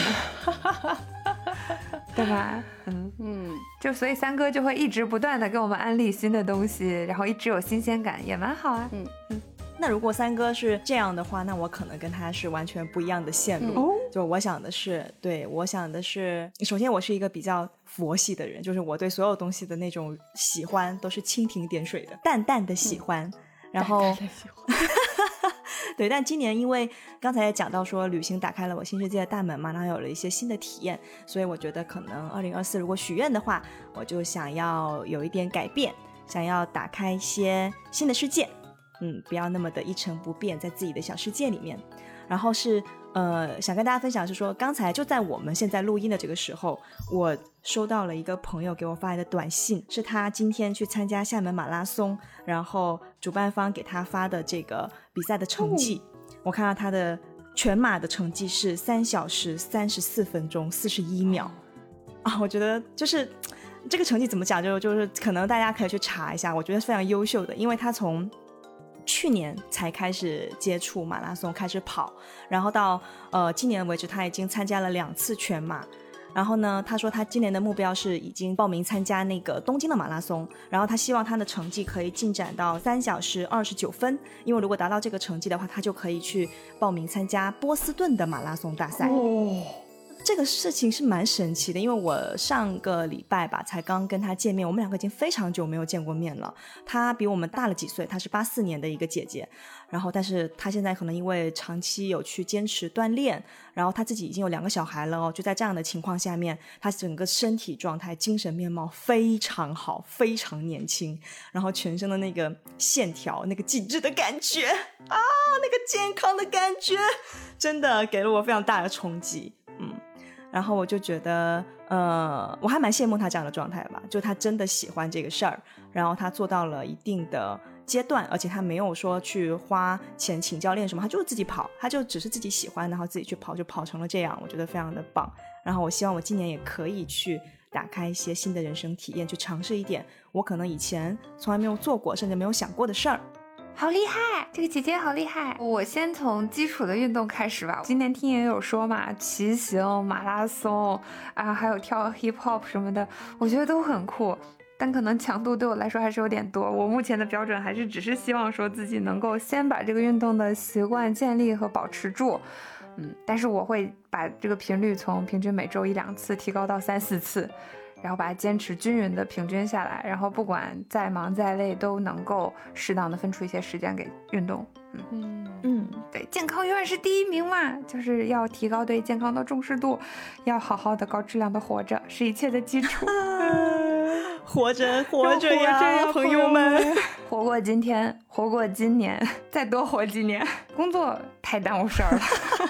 对吧？就所以三哥就会一直不断的给我们安利新的东西，然后一直有新鲜感，也蛮好啊。 那如果三哥是这样的话，那我可能跟他是完全不一样的线路。就我想的是，首先我是一个比较佛系的人，就是我对所有东西的那种喜欢都是蜻蜓点水的，淡淡的喜欢。然后淡淡的喜欢对，但今年因为刚才也讲到说旅行打开了我新世界的大门嘛，然后有了一些新的体验，所以我觉得可能2024如果许愿的话，我就想要有一点改变，想要打开一些新的世界，不要那么的一成不变在自己的小世界里面。然后是想跟大家分享是说，刚才就在我们现在录音的这个时候，我收到了一个朋友给我发来的短信，是他今天去参加厦门马拉松，然后主办方给他发的这个比赛的成绩。我看到他的全马的成绩是3小时34分钟41秒啊！我觉得就是这个成绩怎么讲，就是可能大家可以去查一下，我觉得非常优秀的，因为他从去年才开始接触马拉松，开始跑，然后到今年为止他已经参加了2次全马。然后呢，他说他今年的目标是已经报名参加那个东京的马拉松，然后他希望他的成绩可以进展到3小时29分，因为如果达到这个成绩的话，他就可以去报名参加波士顿的马拉松大赛。这个事情是蛮神奇的，因为我上个礼拜吧才刚跟他见面，我们两个已经非常久没有见过面了。他比我们大了几岁，他是84年的一个姐姐，然后但是他现在可能因为长期有去坚持锻炼，然后他自己已经有2个小孩了哦，就在这样的情况下面，他整个身体状态精神面貌非常好，非常年轻，然后全身的那个线条，那个紧致的感觉啊，那个健康的感觉真的给了我非常大的冲击。然后我就觉得我还蛮羡慕他这样的状态吧，就他真的喜欢这个事儿，然后他做到了一定的阶段，而且他没有说去花钱请教练什么，他就是自己跑，他就只是自己喜欢，然后自己去跑，就跑成了这样，我觉得非常的棒。然后我希望我今年也可以去打开一些新的人生体验，去尝试一点我可能以前从来没有做过甚至没有想过的事儿。 好厉害，这个姐姐好厉害。我先从基础的运动开始吧。今年听也有说嘛，骑行、马拉松啊，还有跳 hip hop 什么的，我觉得都很酷，但可能强度对我来说还是有点多。我目前的标准还是只是希望说自己能够先把这个运动的习惯建立和保持住。但是我会把这个频率从平均每周1-2次提高到3-4次，然后把它坚持均匀的平均下来，然后不管再忙再累都能够适当的分出一些时间给运动。对，健康永远是第一名嘛，就是要提高对健康的重视度，要好好的高质量的活着，是一切的基础。 活着呀，朋友们， 活过今天，活过今年，再多活几年。工作太耽误事儿了。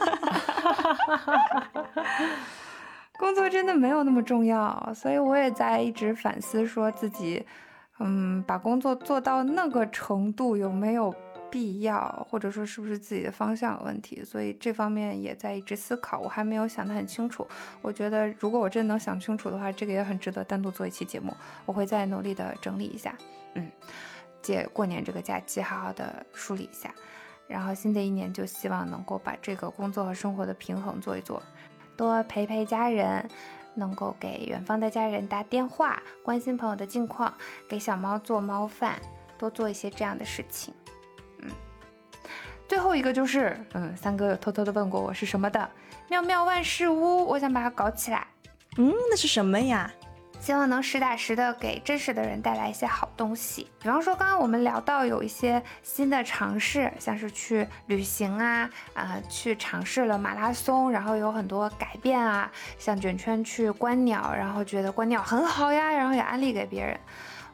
工作真的没有那么重要，所以我也在一直反思，说自己，把工作做到那个程度有没有必要，或者说是不是自己的方向有问题，所以这方面也在一直思考，我还没有想得很清楚。我觉得如果我真能想清楚的话，这个也很值得单独做一期节目，我会再努力的整理一下，借过年这个假期好好的梳理一下，然后新的一年就希望能够把这个工作和生活的平衡做一做，多陪陪家人，能够给远方的家人打电话，关心朋友的近况，给小猫做猫饭，多做一些这样的事情。最后一个就是三哥有偷偷的问过我是什么的，妙妙万事屋，我想把它搞起来。 那是什么呀？ 希望能实打实的给真实的人带来一些好东西，比方说刚刚我们聊到有一些新的尝试，像是去旅行啊，去尝试了马拉松，然后有很多改变啊，像卷圈去观鸟，然后觉得观鸟很好呀，然后也安利给别人。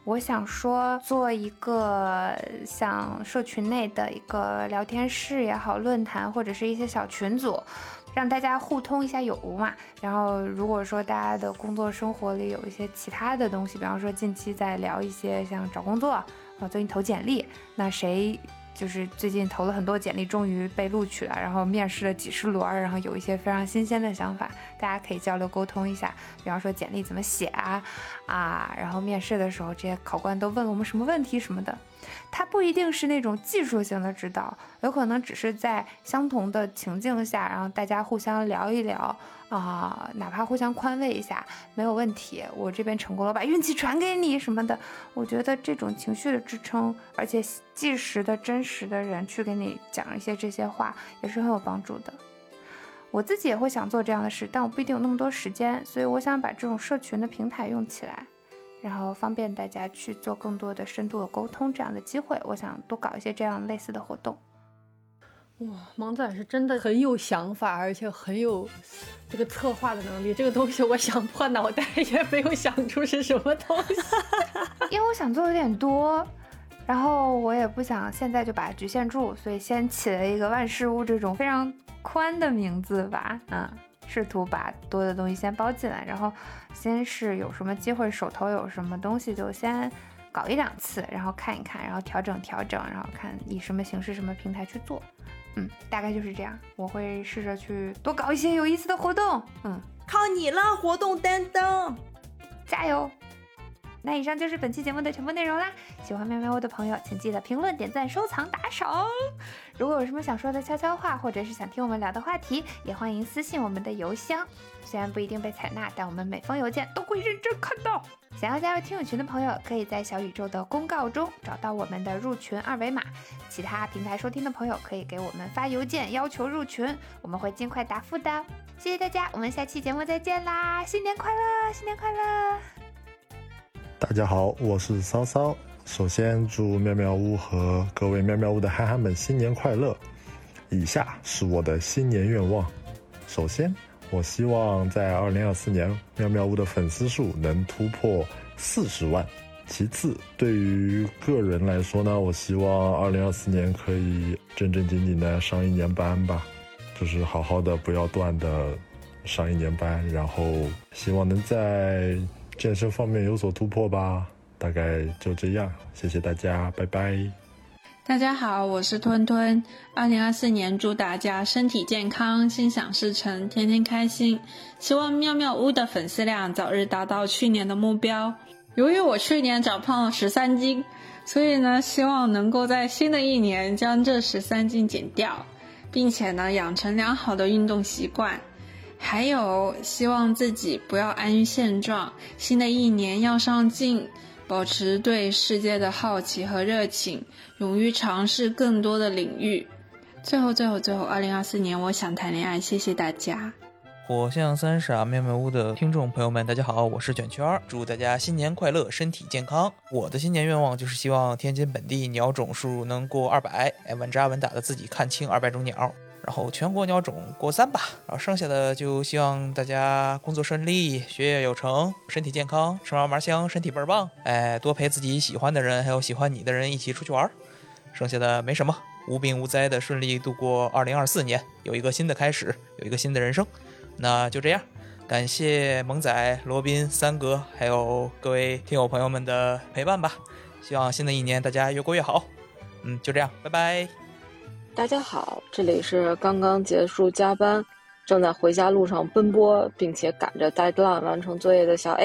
我想说做一个像社群内的一个聊天室也好，论坛或者是一些小群组，让大家互通一下有无嘛。然后如果说大家的工作生活里有一些其他的东西，比方说近期在聊一些像找工作最近投简历，那谁就是最近投了很多简历，终于被录取了，然后面试了几十轮，然后有一些非常新鲜的想法，大家可以交流沟通一下。比方说简历怎么写然后面试的时候这些考官都问了我们什么问题什么的。它不一定是那种技术性的指导，有可能只是在相同的情境下，然后大家互相聊一聊哪怕互相宽慰一下没有问题，我这边成功了，把运气传给你什么的。我觉得这种情绪的支撑，而且即时的真实的人去给你讲一些这些话也是很有帮助的。我自己也会想做这样的事，但我不一定有那么多时间，所以我想把这种社群的平台用起来，然后方便大家去做更多的深度的沟通，这样的机会我想多搞一些这样类似的活动。 哇，萌仔是真的很有想法，而且很有这个策划的能力。这个东西我想破脑袋也没有想出是什么东西因为我想做有点多，然后我也不想现在就把它局限住，所以先起了一个万事屋这种非常宽的名字吧。试图把多的东西先包进来，然后先是有什么机会手头有什么东西就先搞1-2次，然后看一看，然后调整，然后看以什么形式什么平台去做。大概就是这样。我会试着去多搞一些有意思的活动。 靠你了，活动担当， 加油。那以上就是本期节目的全部内容啦。喜欢喵喵屋的朋友请记得评论、点赞、收藏、打赏。如果有什么想说的悄悄话，或者是想听我们聊的话题，也欢迎私信我们的邮箱，虽然不一定被采纳，但我们每封邮件都会认真看到。想要加入听友群的朋友，可以在小宇宙的公告中找到我们的入群2维码，其他平台收听的朋友可以给我们发邮件要求入群，我们会尽快答复的。谢谢大家，我们下期节目再见啦！新年快乐，新年快乐！ 大家好，我是骚骚。首先祝喵喵屋和各位喵喵屋的憨憨们新年快乐。以下是我的新年愿望。首先，我希望在2024年喵喵屋的粉丝数能突破40万。其次，对于个人来说呢，我希望2024年可以正正经经的上1年班吧，就是好好的不要断的上1年班，然后希望能在健身方面有所突破吧。大概就这样，谢谢大家，拜拜。 大家好，我是吞吞。2024年祝大家身体健康，心想事成，天天开心。希望妙妙屋的粉丝量早日达到去年的目标。由于我去年长胖了13斤，所以呢，希望能够在新的一年将这13斤减掉，并且呢，养成良好的运动习惯。还有，希望自己不要安于现状，新的一年要上进，保持对世界的好奇和热情，勇于尝试更多的领域。最后，2024年我想谈恋爱，谢谢大家。 火象三傻妙妙屋的听众朋友们，大家好，我是卷圈，祝大家新年快乐，身体健康。我的新年愿望就是希望天津本地鸟种数能过200，稳扎稳打的自己看清200种鸟，然后全国鸟种过300，然后剩下的就希望大家工作顺利，学业有成，身体健康，吃嘛嘛香，身体倍儿棒。多陪自己喜欢的人，还有喜欢你的人一起出去玩。剩下的没什么，无病无灾的顺利度过2024年，有一个新的开始，有一个新的人生。那就这样，感谢萌仔、罗宾、三哥还有各位听友朋友们的陪伴吧，希望新的一年大家越过越好。就这样，拜拜。 大家好，这里是刚刚结束加班，正在回家路上奔波，并且赶着 deadline 完成作业的小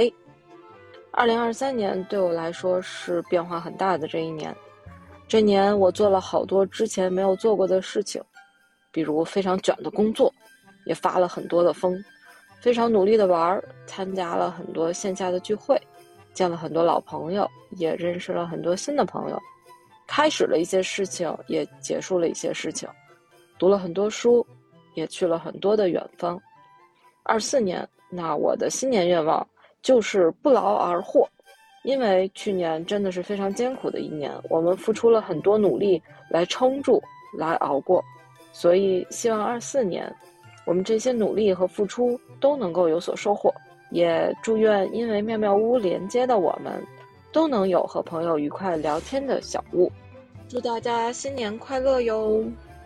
A。2023年对我来说是变化很大的这一年，这年我做了好多之前没有做过的事情，比如非常卷的工作，也发了很多的疯，非常努力的玩，参加了很多线下的聚会，见了很多老朋友，也认识了很多新的朋友，开始了一些事情，也结束了一些事情，读了很多书，也去了很多的远方。24年，那我的新年愿望就是不劳而获，因为去年真的是非常艰苦的一年，我们付出了很多努力来撑住，来熬过，所以希望24年我们这些努力和付出都能够有所收获，也祝愿因为妙妙屋连接的我们都能有和朋友愉快聊天的小屋。祝大家新年快乐哟！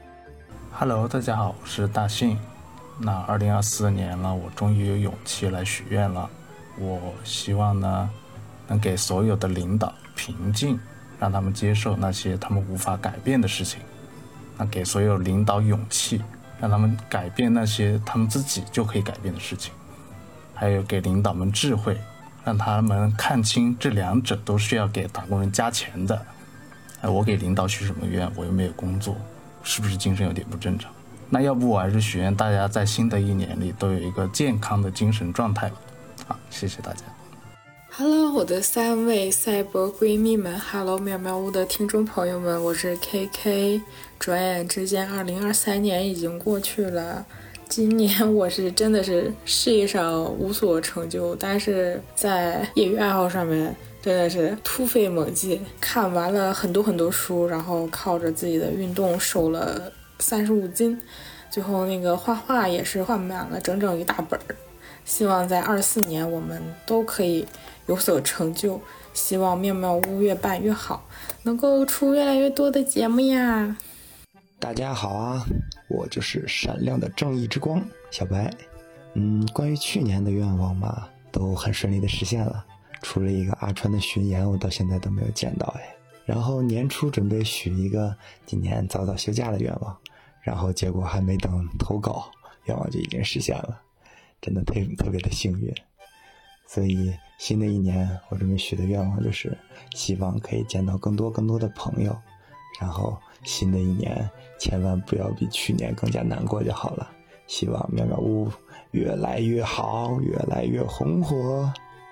Hello， 大家好，我是大信。那2024年了，我终于有勇气来许愿了。我希望呢，能给所有的领导平静，让他们接受那些他们无法改变的事情。那给所有领导勇气，让他们改变那些他们自己就可以改变的事情。还有给领导们智慧，让他们看清这两者都是要给打工人加钱的。我给领导许什么愿？我又没有工作，是不是精神有点不正常？那要不我还是许愿大家在新的一年里都有一个健康的精神状态吧。好，谢谢大家。 Hello， 我的3位赛博闺蜜们 ，Hello 妙妙屋的听众朋友们，我是 KK。转眼之间，2023年已经过去了。今年我是真的是事业上无所成就，但是在业余爱好上面真的是突飞猛进，看完了很多书，然后靠着自己的运动瘦了35斤，最后那个画画也是画满了整整一大本。希望在24年我们都可以有所成就，希望妙妙屋越办越好，能够出越来越多的节目呀。 大家好啊，我就是闪亮的正义之光小白。关于去年的愿望嘛，都很顺利的实现了，除了一个阿川的巡演我到现在都没有见到然后年初准备许一个今年早早休假的愿望，然后结果还没等投稿，愿望就已经实现了，真的特别的幸运。所以新的一年我准备许的愿望就是希望可以见到更多的朋友，然后新的一年千万不要比去年更加难过就好了。希望妙妙屋越来越好，越来越红火。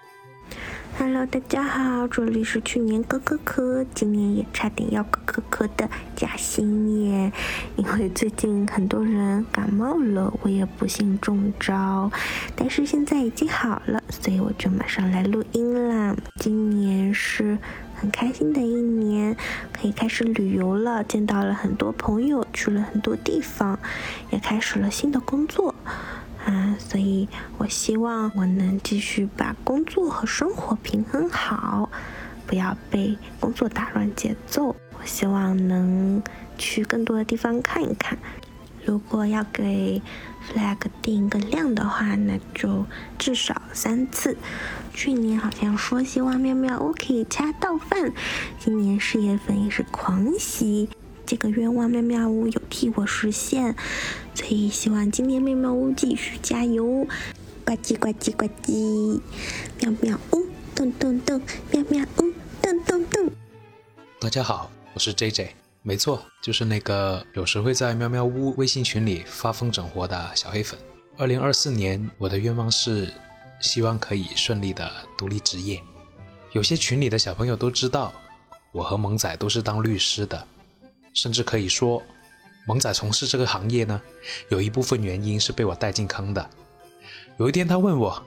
Hello， 大家好，这里是去年咯咯咯，今年也差点要咯咯咯的假新年，因为最近很多人感冒了，我也不幸中招，但是现在已经好了，所以我就马上来录音啦。今年是很开心的一年，可以开始旅游了，见到了很多朋友，去了很多地方，也开始了新的工作。所以我希望我能继续把工作和生活平衡好，不要被工作打乱节奏。我希望能去更多的地方看一看。如果要给 flag 定一个量的话，那就至少3次。去年好像说希望妙妙屋可以掐到饭，今年4月份也是狂喜。这个愿望妙妙屋有替我实现，所以希望今年妙妙屋继续加油，呱唧呱唧呱唧，妙妙屋咚咚咚，妙妙屋咚咚咚。 大家好，我是 JJ， 没错，就是那个有时会在妙妙屋微信群里发疯整活的小黑粉。2024年我的愿望是希望可以顺利的独立职业。有些群里的小朋友都知道，我和萌仔都是当律师的。甚至可以说，萌仔从事这个行业呢，有一部分原因是被我带进坑的。有一天他问我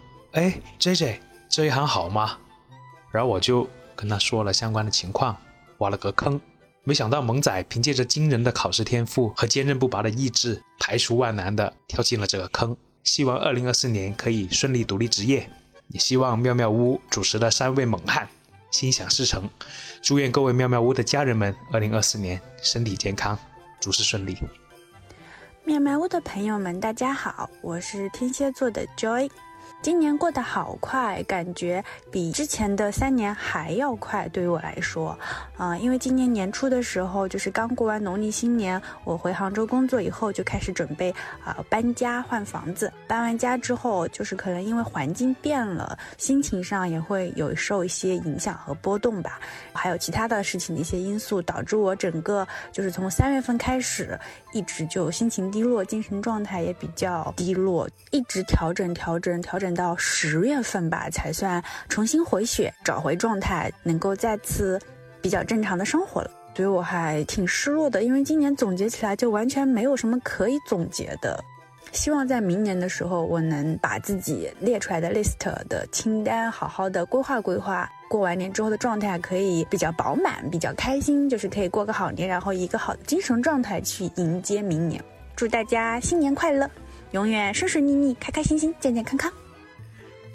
，JJ 这一行好吗？然后我就跟他说了相关的情况，挖了个坑。没想到萌仔凭借着惊人的考试天赋和坚韧不拔的意志，排除万难的跳进了这个坑。希望2024年可以顺利独立职业，也希望妙妙屋主持的3位猛汉心想事成，祝愿各位妙妙屋的家人们2024年身体健康，诸事顺利。 妙妙屋的朋友们大家好，我是天蝎座的 Joy。今年过得好快，感觉比之前的3年还要快，对于我来说因为今年年初的时候，就是刚过完农历新年，我回杭州工作以后就开始准备搬家换房子。搬完家之后，就是可能因为环境变了，心情上也会有受一些影响和波动吧，还有其他的事情的一些因素，导致我整个就是从3月份开始一直就心情低落，精神状态也比较低落，一直调整到10月份吧，才算重新回血，找回状态，能够再次比较正常的生活了。所以我还挺失落的，因为今年总结起来就完全没有什么可以总结的。希望在明年的时候，我能把自己列出来的 list 的清单好好的规划，过完年之后的状态可以比较饱满，比较开心，就是可以过个好年，然后一个好的精神状态去迎接明年。祝大家新年快乐，永远顺顺利利，开开心心，健健康康。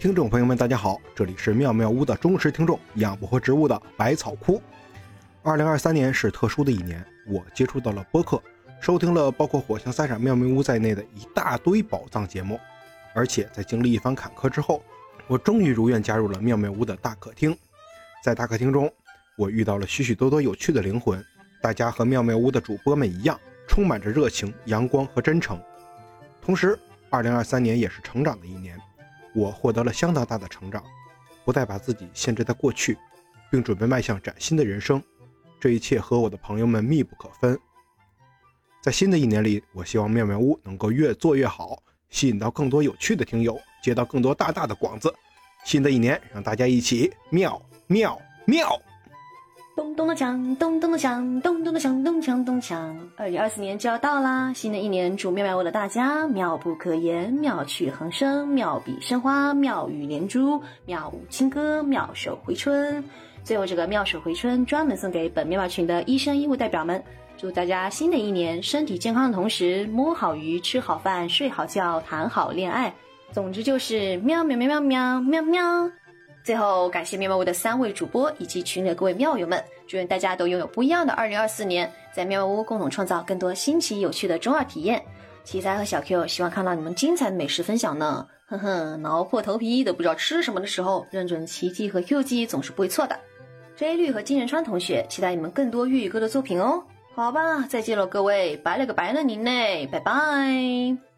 听众朋友们大家好，这里是妙妙屋的忠实听众，养不活植物的百草枯。2023年是特殊的一年，我接触到了播客，收听了包括火星3闪妙妙屋在内的一大堆宝藏节目，而且在经历一番坎坷之后，我终于如愿加入了妙妙屋的大客厅。在大客厅中，我遇到了许许多多有趣的灵魂，大家和妙妙屋的主播们一样，充满着热情、阳光和真诚。同时2023年也是成长的一年，我获得了相当大的成长，不再把自己限制在过去，并准备迈向崭新的人生。这一切和我的朋友们密不可分。在新的一年里，我希望妙妙屋能够越做越好，吸引到更多有趣的听友，接到更多大大的广子。新的一年，让大家一起妙妙妙！ 咚咚的锵，咚咚的锵，咚咚的锵，咚锵咚锵。2024年就要到啦，新的一年，祝妙妙屋的大家妙不可言，妙趣横生，妙笔生花，妙语连珠，妙舞轻歌，妙手回春。最后这个妙手回春专门送给本妙妙群的医生医护代表们，祝大家新的一年身体健康的同时，摸好鱼，吃好饭，睡好觉，谈好恋爱，总之就是喵喵喵喵喵喵喵。最后感谢妙妙屋的3位主播以及群里的各位妙友们，祝愿大家都拥有不一样的2024年，在妙妙屋共同创造更多新奇有趣的中二体验。奇才和小 Q 希望看到你们精彩的美食分享呢，哼哼，挠破头皮都不知道吃什么的时候，认准奇迹和 Q 记总是不会错的。J 绿和金仁川同学期待你们更多粤语歌的作品哦。好吧，再见了各位，拜了个拜了您嘞，拜拜。